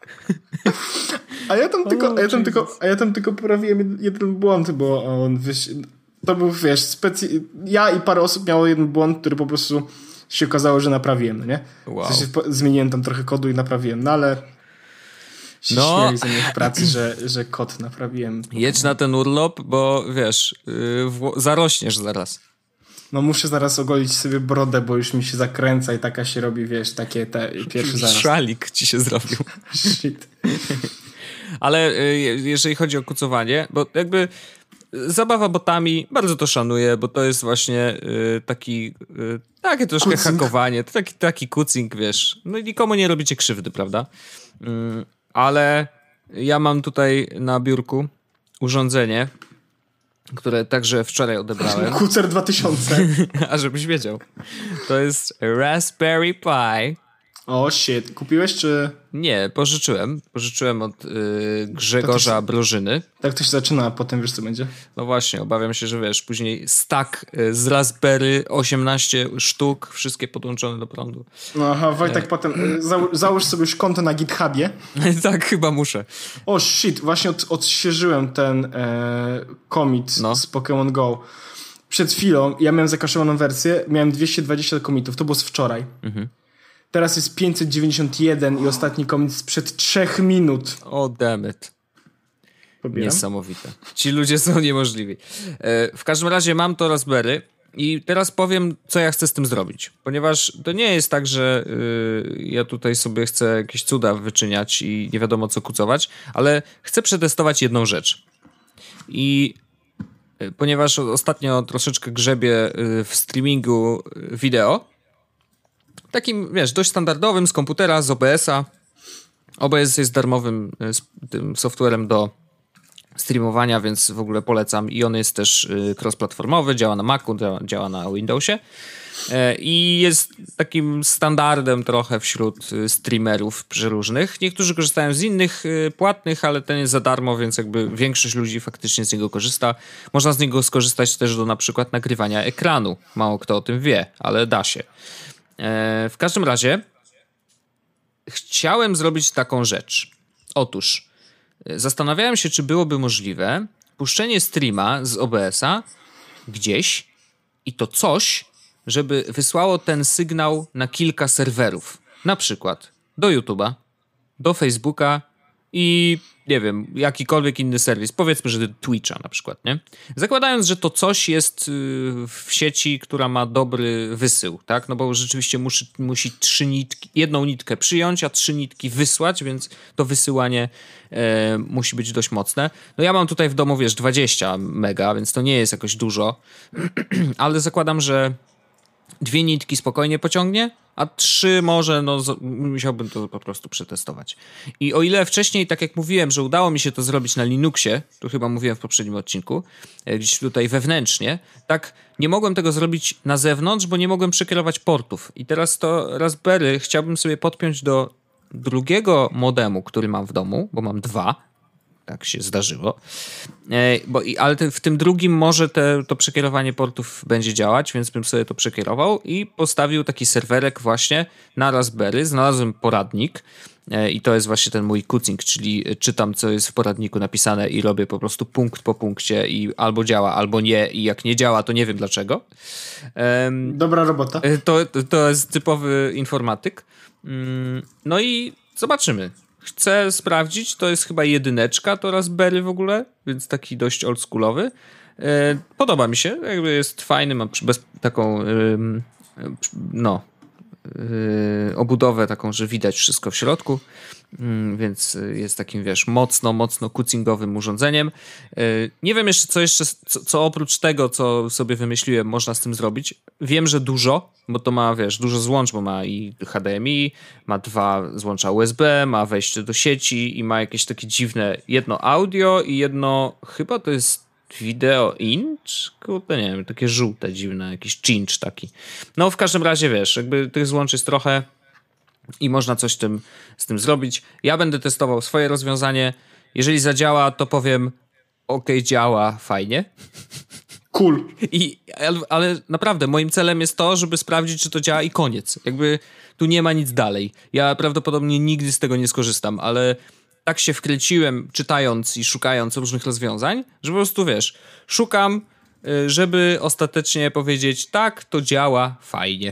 A ja tam, oh, tylko, a ja tam, tylko, a ja tam tylko poprawiłem jeden błąd, bo on, wiesz, to był, wiesz, specy... ja i parę osób miało jeden błąd, który po prostu się okazało, że naprawiłem, no nie? Wow. W sensie zmieniłem tam trochę kodu i naprawiłem, no ale... się no. śmieli ze mnie w pracy, że, że kod naprawiłem. Jedź na ten urlop, bo wiesz, yy, w- zarośniesz zaraz. No muszę zaraz ogolić sobie brodę, bo już mi się zakręca i taka się robi, wiesz, takie te pierwszy zaraz. Szalik ci się zrobił. Shit. Ale yy, jeżeli chodzi o kucowanie, bo jakby zabawa botami, bardzo to szanuję, bo to jest właśnie yy, taki yy, takie troszkę kucing. hakowanie, to taki, taki kucing, wiesz. No i nikomu nie robicie krzywdy, prawda? Yy. Ale ja mam tutaj na biurku urządzenie, które także wczoraj odebrałem. Kucer dwa tysiące. A żebyś wiedział. To jest Raspberry Pi. O, oh shit. Kupiłeś czy... Nie, pożyczyłem. Pożyczyłem od yy, Grzegorza się, Brożyny. Tak to się zaczyna, a potem wiesz co będzie? No właśnie, obawiam się, że wiesz, później stack z Raspberry, osiemnaście sztuk, wszystkie podłączone do prądu. No aha, Wojtek, e... potem zał, załóż sobie już konto na GitHubie. Tak, chyba muszę. O oh shit, właśnie od, odświeżyłem ten e, commit no. z Pokémon Go. Przed chwilą, ja miałem zakaszowaną wersję, miałem dwieście dwadzieścia commitów, to było z wczoraj. Mhm. Teraz jest pięćset dziewięćdziesiąt jeden i ostatni commit sprzed trzech minut. O, oh, damn it. Pobieram. Niesamowite. Ci ludzie są niemożliwi. W każdym razie mam to Raspberry i teraz powiem, co ja chcę z tym zrobić. Ponieważ to nie jest tak, że ja tutaj sobie chcę jakieś cuda wyczyniać i nie wiadomo co kucować, ale chcę przetestować jedną rzecz. I ponieważ ostatnio troszeczkę grzebię w streamingu wideo, takim, wiesz, dość standardowym z komputera, z O B S a. O B S jest darmowym tym softwarem do streamowania, więc w ogóle polecam. I on jest też cross-platformowy, działa na Macu, działa na Windowsie. I jest takim standardem trochę wśród streamerów przeróżnych. Niektórzy korzystają z innych płatnych, ale ten jest za darmo, więc jakby większość ludzi faktycznie z niego korzysta. Można z niego skorzystać też do na przykład nagrywania ekranu. Mało kto o tym wie, ale da się. W każdym razie chciałem zrobić taką rzecz. Otóż zastanawiałem się, czy byłoby możliwe puszczenie streama z O B S a gdzieś i to coś, żeby wysłało ten sygnał na kilka serwerów. Na przykład do YouTube'a, do Facebooka i nie wiem, jakikolwiek inny serwis. Powiedzmy, że do Twitcha na przykład, nie? Zakładając, że to coś jest w sieci, która ma dobry wysył, tak? No bo rzeczywiście musi, musi trzy nitki, jedną nitkę przyjąć, a trzy nitki wysłać, więc to wysyłanie e, musi być dość mocne. No ja mam tutaj w domu, wiesz, dwadzieścia mega, więc to nie jest jakoś dużo, ale zakładam, że dwie nitki spokojnie pociągnie, a trzy może, no musiałbym to po prostu przetestować. I o ile wcześniej, tak jak mówiłem, że udało mi się to zrobić na Linuxie, to chyba mówiłem w poprzednim odcinku, gdzieś tutaj wewnętrznie, tak nie mogłem tego zrobić na zewnątrz, bo nie mogłem przekierować portów. I teraz to Raspberry chciałbym sobie podpiąć do drugiego modemu, który mam w domu, bo mam dwa. Tak się zdarzyło. E, bo, ale te, w tym drugim może te, to przekierowanie portów będzie działać, więc bym sobie to przekierował i postawił taki serwerek właśnie na Raspberry. Znalazłem poradnik e, i to jest właśnie ten mój kucing, czyli czytam, co jest w poradniku napisane i robię po prostu punkt po punkcie i albo działa, albo nie i jak nie działa, to nie wiem dlaczego. E, Dobra robota. To, to, to jest typowy informatyk. Mm, no i zobaczymy. Chcę sprawdzić, to jest chyba jedyneczka to Raspberry w ogóle, więc taki dość oldschoolowy. E, podoba mi się, jakby jest fajny, mam bez, taką yy, no yy, obudowę taką, że widać wszystko w środku, yy, więc jest takim, wiesz, mocno, mocno kucingowym urządzeniem. Yy, nie wiem jeszcze, co jeszcze, co, co oprócz tego, co sobie wymyśliłem, można z tym zrobić. Wiem, że dużo, bo to ma, wiesz, dużo złącz, bo ma i H D M I, ma dwa złącza U S B, ma wejście do sieci i ma jakieś takie dziwne, jedno audio i jedno, chyba to jest video in, czy kurde, nie wiem, takie żółte, dziwne, jakiś cinch taki. No w każdym razie, wiesz, jakby tych złącz jest trochę i można coś tym, z tym zrobić. Ja będę testował swoje rozwiązanie. Jeżeli zadziała, to powiem, ok, działa, fajnie. Cool. I, ale, ale naprawdę moim celem jest to, żeby sprawdzić, czy to działa i koniec. Jakby tu nie ma nic dalej. Ja prawdopodobnie nigdy z tego nie skorzystam, ale tak się wkręciłem czytając i szukając różnych rozwiązań, że po prostu wiesz, szukam, żeby ostatecznie powiedzieć tak, to działa fajnie.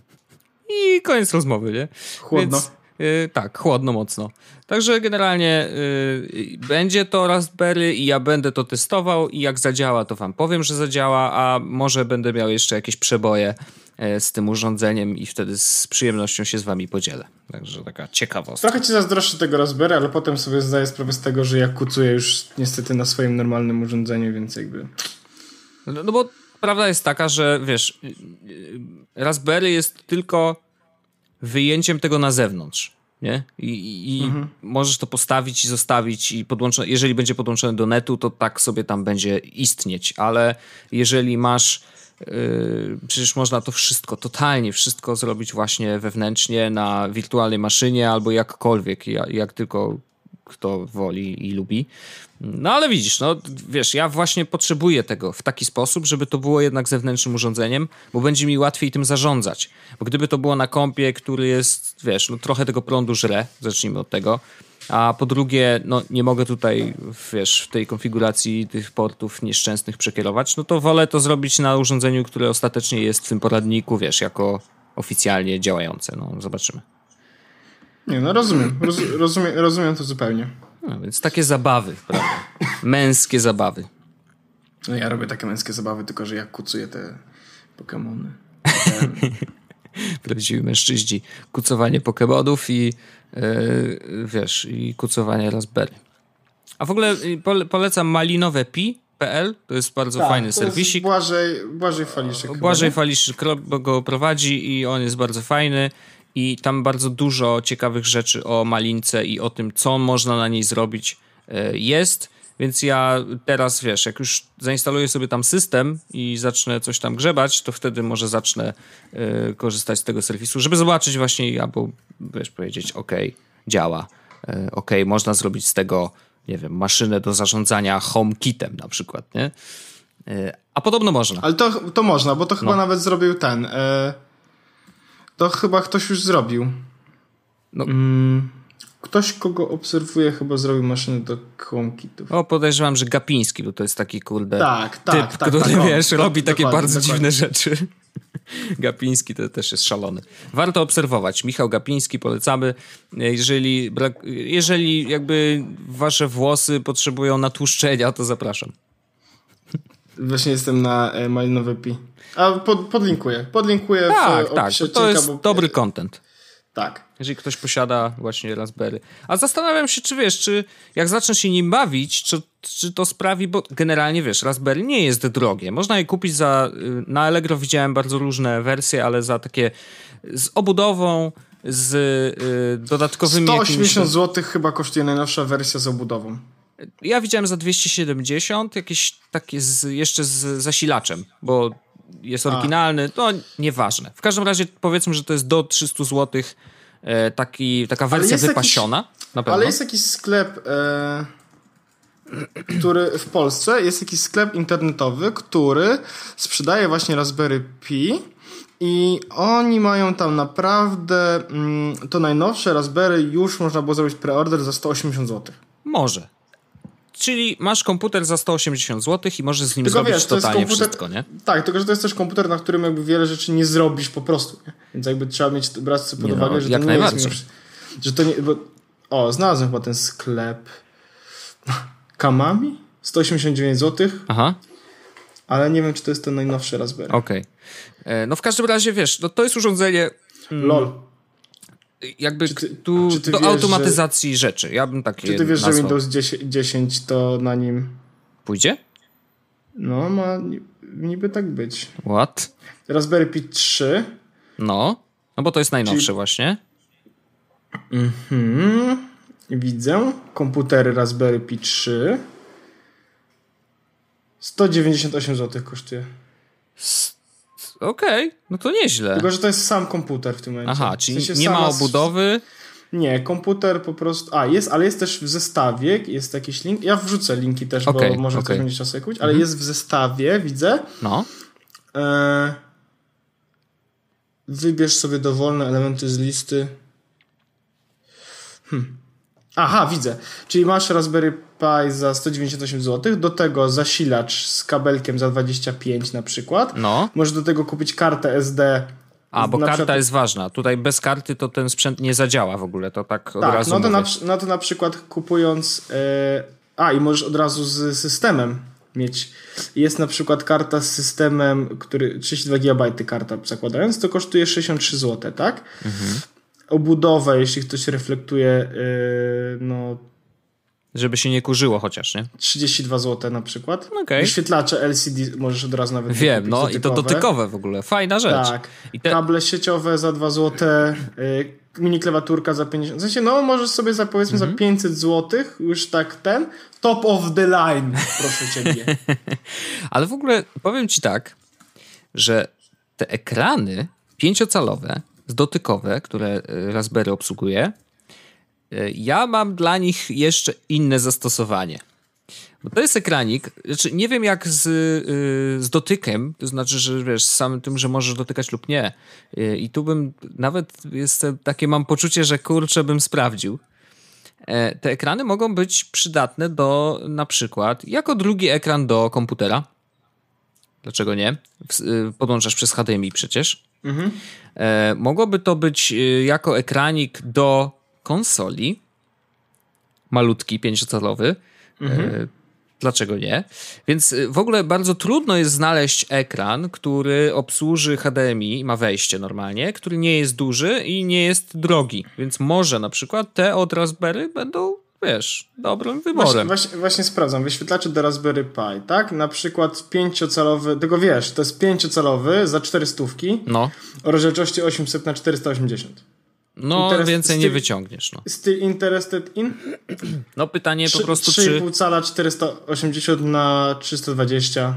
I koniec rozmowy, nie? Chłodno. Więc, yy, tak, chłodno mocno. Także generalnie yy, będzie to Raspberry i ja będę to testował i jak zadziała, to wam powiem, że zadziała, a może będę miał jeszcze jakieś przeboje yy, z tym urządzeniem i wtedy z przyjemnością się z wami podzielę. Także taka ciekawostka. Trochę ci zazdroszczę tego Raspberry, ale potem sobie zdaję sprawę z tego, że ja kucuję już niestety na swoim normalnym urządzeniu, więc jakby... No, no bo prawda jest taka, że wiesz, Raspberry jest tylko wyjęciem tego na zewnątrz, nie? I, i mhm. możesz to postawić i zostawić i podłączone, jeżeli będzie podłączone do netu, to tak sobie tam będzie istnieć, ale jeżeli masz yy, przecież można to wszystko, totalnie wszystko zrobić właśnie wewnętrznie na wirtualnej maszynie albo jakkolwiek, jak, jak tylko kto woli i lubi. No ale widzisz, no wiesz, ja właśnie potrzebuję tego w taki sposób, żeby to było jednak zewnętrznym urządzeniem, bo będzie mi łatwiej tym zarządzać. Bo gdyby to było na kompie, który jest, wiesz, no trochę tego prądu żre, zacznijmy od tego, a po drugie, no nie mogę tutaj, wiesz, w tej konfiguracji tych portów nieszczęsnych przekierować, no to wolę to zrobić na urządzeniu, które ostatecznie jest w tym poradniku, wiesz, jako oficjalnie działające. No zobaczymy. Nie, no rozumiem. Roz, rozumiem, rozumiem to zupełnie. No, więc takie zabawy, prawda? męskie zabawy. No ja robię takie męskie zabawy, tylko że ja kucuję te Pokemony. Prawdziwi mężczyźni. Kucowanie Pokemonów i yy, wiesz, i kucowanie Raspberry. A w ogóle pole, polecam malinowe pi kropka pe el. To jest bardzo tak, fajny to serwisik. Jest Błażej, Błażej Faliszek. Błażej Faliszek go prowadzi i on jest bardzo fajny. I tam bardzo dużo ciekawych rzeczy o malince i o tym, co można na niej zrobić jest. Więc ja teraz, wiesz, jak już zainstaluję sobie tam system i zacznę coś tam grzebać, to wtedy może zacznę y, korzystać z tego serwisu, żeby zobaczyć właśnie, albo wiesz, powiedzieć, ok, działa, y, ok, można zrobić z tego, nie wiem, maszynę do zarządzania HomeKitem na przykład, nie? Y, a podobno można. Ale to, to można, bo to chyba no. nawet zrobił ten. Y, to chyba ktoś już zrobił. No. Mm. Ktoś, kogo obserwuję, chyba zrobił maszynę do HomeKitów. O, podejrzewam, że Gapiński, bo to jest taki, kurde, tak, tak, typ, tak, który, tak, wiesz, o, robi takie bardzo dokładnie. dziwne rzeczy. Gapiński to też jest szalony. Warto obserwować. Michał Gapiński, polecamy. Jeżeli, brak, jeżeli jakby wasze włosy potrzebują natłuszczenia, to zapraszam. Właśnie jestem na e, malinowe pi. A pod, podlinkuję. Podlinkuję tak, w tak, opisie to jest bo... dobry content. Tak. Jeżeli ktoś posiada właśnie Raspberry. A zastanawiam się, czy wiesz, czy jak zaczniesz się nim bawić, czy, czy to sprawi, bo generalnie wiesz, Raspberry nie jest drogie. Można je kupić za, na Allegro widziałem bardzo różne wersje, ale za takie z obudową, z y, dodatkowymi sto osiemdziesiąt jakimiś... złotych chyba kosztuje najnowsza wersja z obudową. Ja widziałem za dwieście siedemdziesiąt, jakieś takie z, jeszcze z zasilaczem, bo jest oryginalny, to nieważne. W każdym razie powiedzmy, że to jest do trzysta złotych e, taki, taka wersja wypasiona. Jakiś, na pewno. Ale jest jakiś sklep, e, który w Polsce, jest jakiś sklep internetowy, który sprzedaje właśnie Raspberry Pi i oni mają tam naprawdę mm, to najnowsze Raspberry już można było zrobić preorder za sto osiemdziesiąt złotych. Może. Czyli masz komputer za sto osiemdziesiąt złotych i możesz z nim tylko zrobić wiesz, to totalnie jest komputer, wszystko, nie? Tak, tylko że to jest też komputer, na którym jakby wiele rzeczy nie zrobisz po prostu. Nie? Więc jakby trzeba mieć, brać sobie pod Nie uwagę, no, że jak to nie najbardziej. jest... Że to nie... Bo, o, znalazłem chyba ten sklep. Kamami? sto osiemdziesiąt dziewięć złotych. Aha. Ale nie wiem, czy to jest ten najnowszy Raspberry. Okej. Okay. No w każdym razie, wiesz, no to jest urządzenie... Mm, LOL. Jakby Czy ty, tu czy ty do wiesz, automatyzacji że, rzeczy. Ja bym takie Czy ty wiesz, nazwał. że Windows dziesięć to na nim... Pójdzie? No, ma niby tak być. What? Raspberry Pi trzy. No. No bo to jest najnowsze Czyli... właśnie. Mhm. Widzę. Komputery Raspberry Pi trzy. sto dziewięćdziesiąt osiem złotych kosztuje. Okej, okay. No to nieźle. Tylko, że to jest sam komputer w tym momencie. Aha, czyli w sensie nie sama... ma obudowy. Nie, komputer po prostu... A, jest, ale jest też w zestawie, jest jakiś link. Ja wrzucę linki też, okay, bo może okay. ktoś będzie czas kupić, ale mhm. jest w zestawie, widzę. No. E... Wybierz sobie dowolne elementy z listy. Hm. Aha, widzę. Czyli masz Raspberry Pi za sto dziewięćdziesiąt osiem złotych, do tego zasilacz z kabelkiem za dwadzieścia pięć na przykład. No. Możesz do tego kupić kartę S D. A, bo karta przykład... jest ważna. Tutaj bez karty to ten sprzęt nie zadziała w ogóle, to tak od tak, razu no to, mówię. na, no to na przykład kupując... Yy... A, i możesz od razu z systemem mieć. Jest na przykład karta z systemem, który trzydzieści dwa gigabajty karta zakładając, to kosztuje sześćdziesiąt trzy złote, tak? Mhm. Obudowę, jeśli ktoś reflektuje, yy, no... Żeby się nie kurzyło chociaż, nie? trzydzieści dwa złote na przykład. Okay. Wyświetlacze L C D możesz od razu nawet Wiem, no dotykowe. i to dotykowe w ogóle. Fajna rzecz. Tak. I te... Kable sieciowe za dwa złote, yy, mini klawiaturka za pięćdziesiąt. W sensie, no możesz sobie za powiedzmy mm-hmm. za pięćset złotych już tak ten top of the line, proszę ciebie. Ale w ogóle powiem ci tak, że te ekrany pięciocalowe, dotykowe, które Raspberry obsługuje, ja mam dla nich jeszcze inne zastosowanie. Bo to jest ekranik, znaczy nie wiem jak z, z dotykiem, to znaczy, że wiesz, z samym tym, że możesz dotykać lub nie. I tu bym, nawet jest takie, mam poczucie, że kurczę bym sprawdził. Te ekrany mogą być przydatne do, na przykład, jako drugi ekran do komputera. Dlaczego nie? Podłączasz przez H D M I przecież. Mhm. Mogłoby to być jako ekranik do konsoli. Malutki, pięciocalowy. Mhm. Dlaczego nie? Więc w ogóle bardzo trudno jest znaleźć ekran, który obsłuży H D M I, ma wejście normalnie, który nie jest duży i nie jest drogi. Więc może na przykład te od Raspberry będą, wiesz, dobrym wyborem. Właśnie, właśnie, właśnie sprawdzam. Wyświetlacze do Raspberry Pi, tak? Na przykład pięciocalowy, tego wiesz, to jest pięciocalowy za cztery stówki no. o rozdzielczości osiemset na czterysta osiemdziesiąt. No, Interest, więcej nie wyciągniesz. No. Still interested in? No, pytanie po prostu, trzy i pół czy... cala czterysta osiemdziesiąt na trzysta dwadzieścia.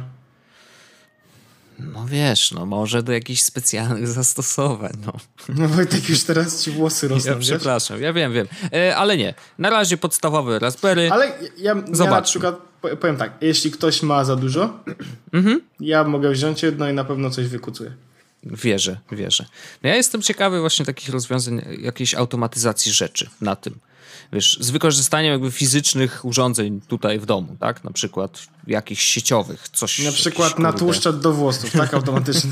No wiesz, no może do jakichś specjalnych zastosowań, no. No Wojtek, już teraz ci włosy rosną, Ja przepraszam, ja wiem, wiem. E, ale nie. Na razie podstawowe Raspberry. Ale ja, ja na przykład powiem tak, jeśli ktoś ma za dużo, mm-hmm. ja mogę wziąć jedno i na pewno coś wykucuję. Wierzę, wierzę. No ja jestem ciekawy właśnie takich rozwiązań, jakiejś automatyzacji rzeczy na tym. Wiesz, z wykorzystaniem jakby fizycznych urządzeń tutaj w domu, tak? Na przykład jakichś sieciowych, coś. Na przykład natłuszczacz do włosów, tak? Automatyczny.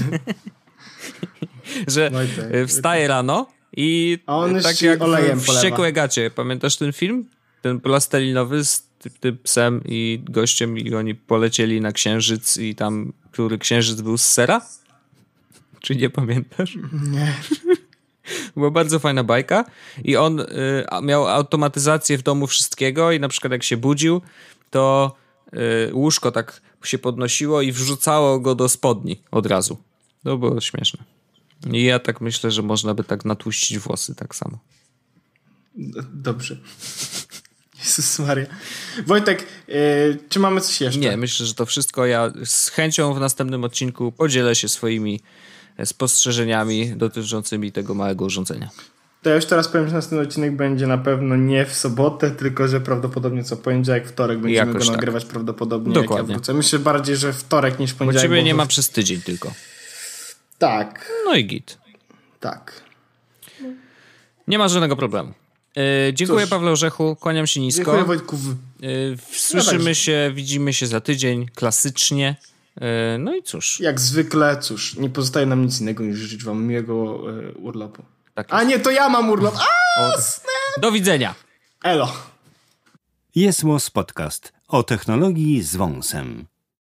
Że Wojtek, wstaje rano i a on tak jak olejem w Wściekłej gacie. Pamiętasz ten film? Ten plastelinowy z tym psem i gościem i oni polecieli na księżyc i tam, który księżyc był z sera? Czy nie pamiętasz? Nie. Była bardzo fajna bajka i on y, miał automatyzację w domu wszystkiego i na przykład jak się budził, to y, łóżko tak się podnosiło i wrzucało go do spodni od razu. To było śmieszne. I ja tak myślę, że można by tak natłuścić włosy tak samo. Dobrze. Jezus Maria. Wojtek, yy, czy mamy coś jeszcze? Nie, myślę, że to wszystko. Ja z chęcią w następnym odcinku podzielę się swoimi spostrzeżeniami dotyczącymi tego małego urządzenia. To ja już teraz powiem, że następny odcinek będzie na pewno nie w sobotę, tylko że prawdopodobnie co poniedziałek, wtorek będziemy Jakoś go tak. nagrywać prawdopodobnie. Dokładnie. Jak ja wrócę. Myślę bardziej, że wtorek niż poniedziałek. Bo ciebie bo nie w... ma przez tydzień tylko. Tak. No i git. Tak. Nie ma żadnego problemu. Yy, dziękuję. Cóż, Pawle Orzechu, kłaniam się nisko. Dziękuję Wojtku. Yy, słyszymy no się, widzimy się za tydzień, klasycznie. Yy, no i cóż. Jak zwykle, cóż, nie pozostaje nam nic innego niż życzyć wam miłego yy, urlopu. Tak A nie, to ja mam urlop. A, do widzenia. Elo. Jest Podcast o technologii z wąsem.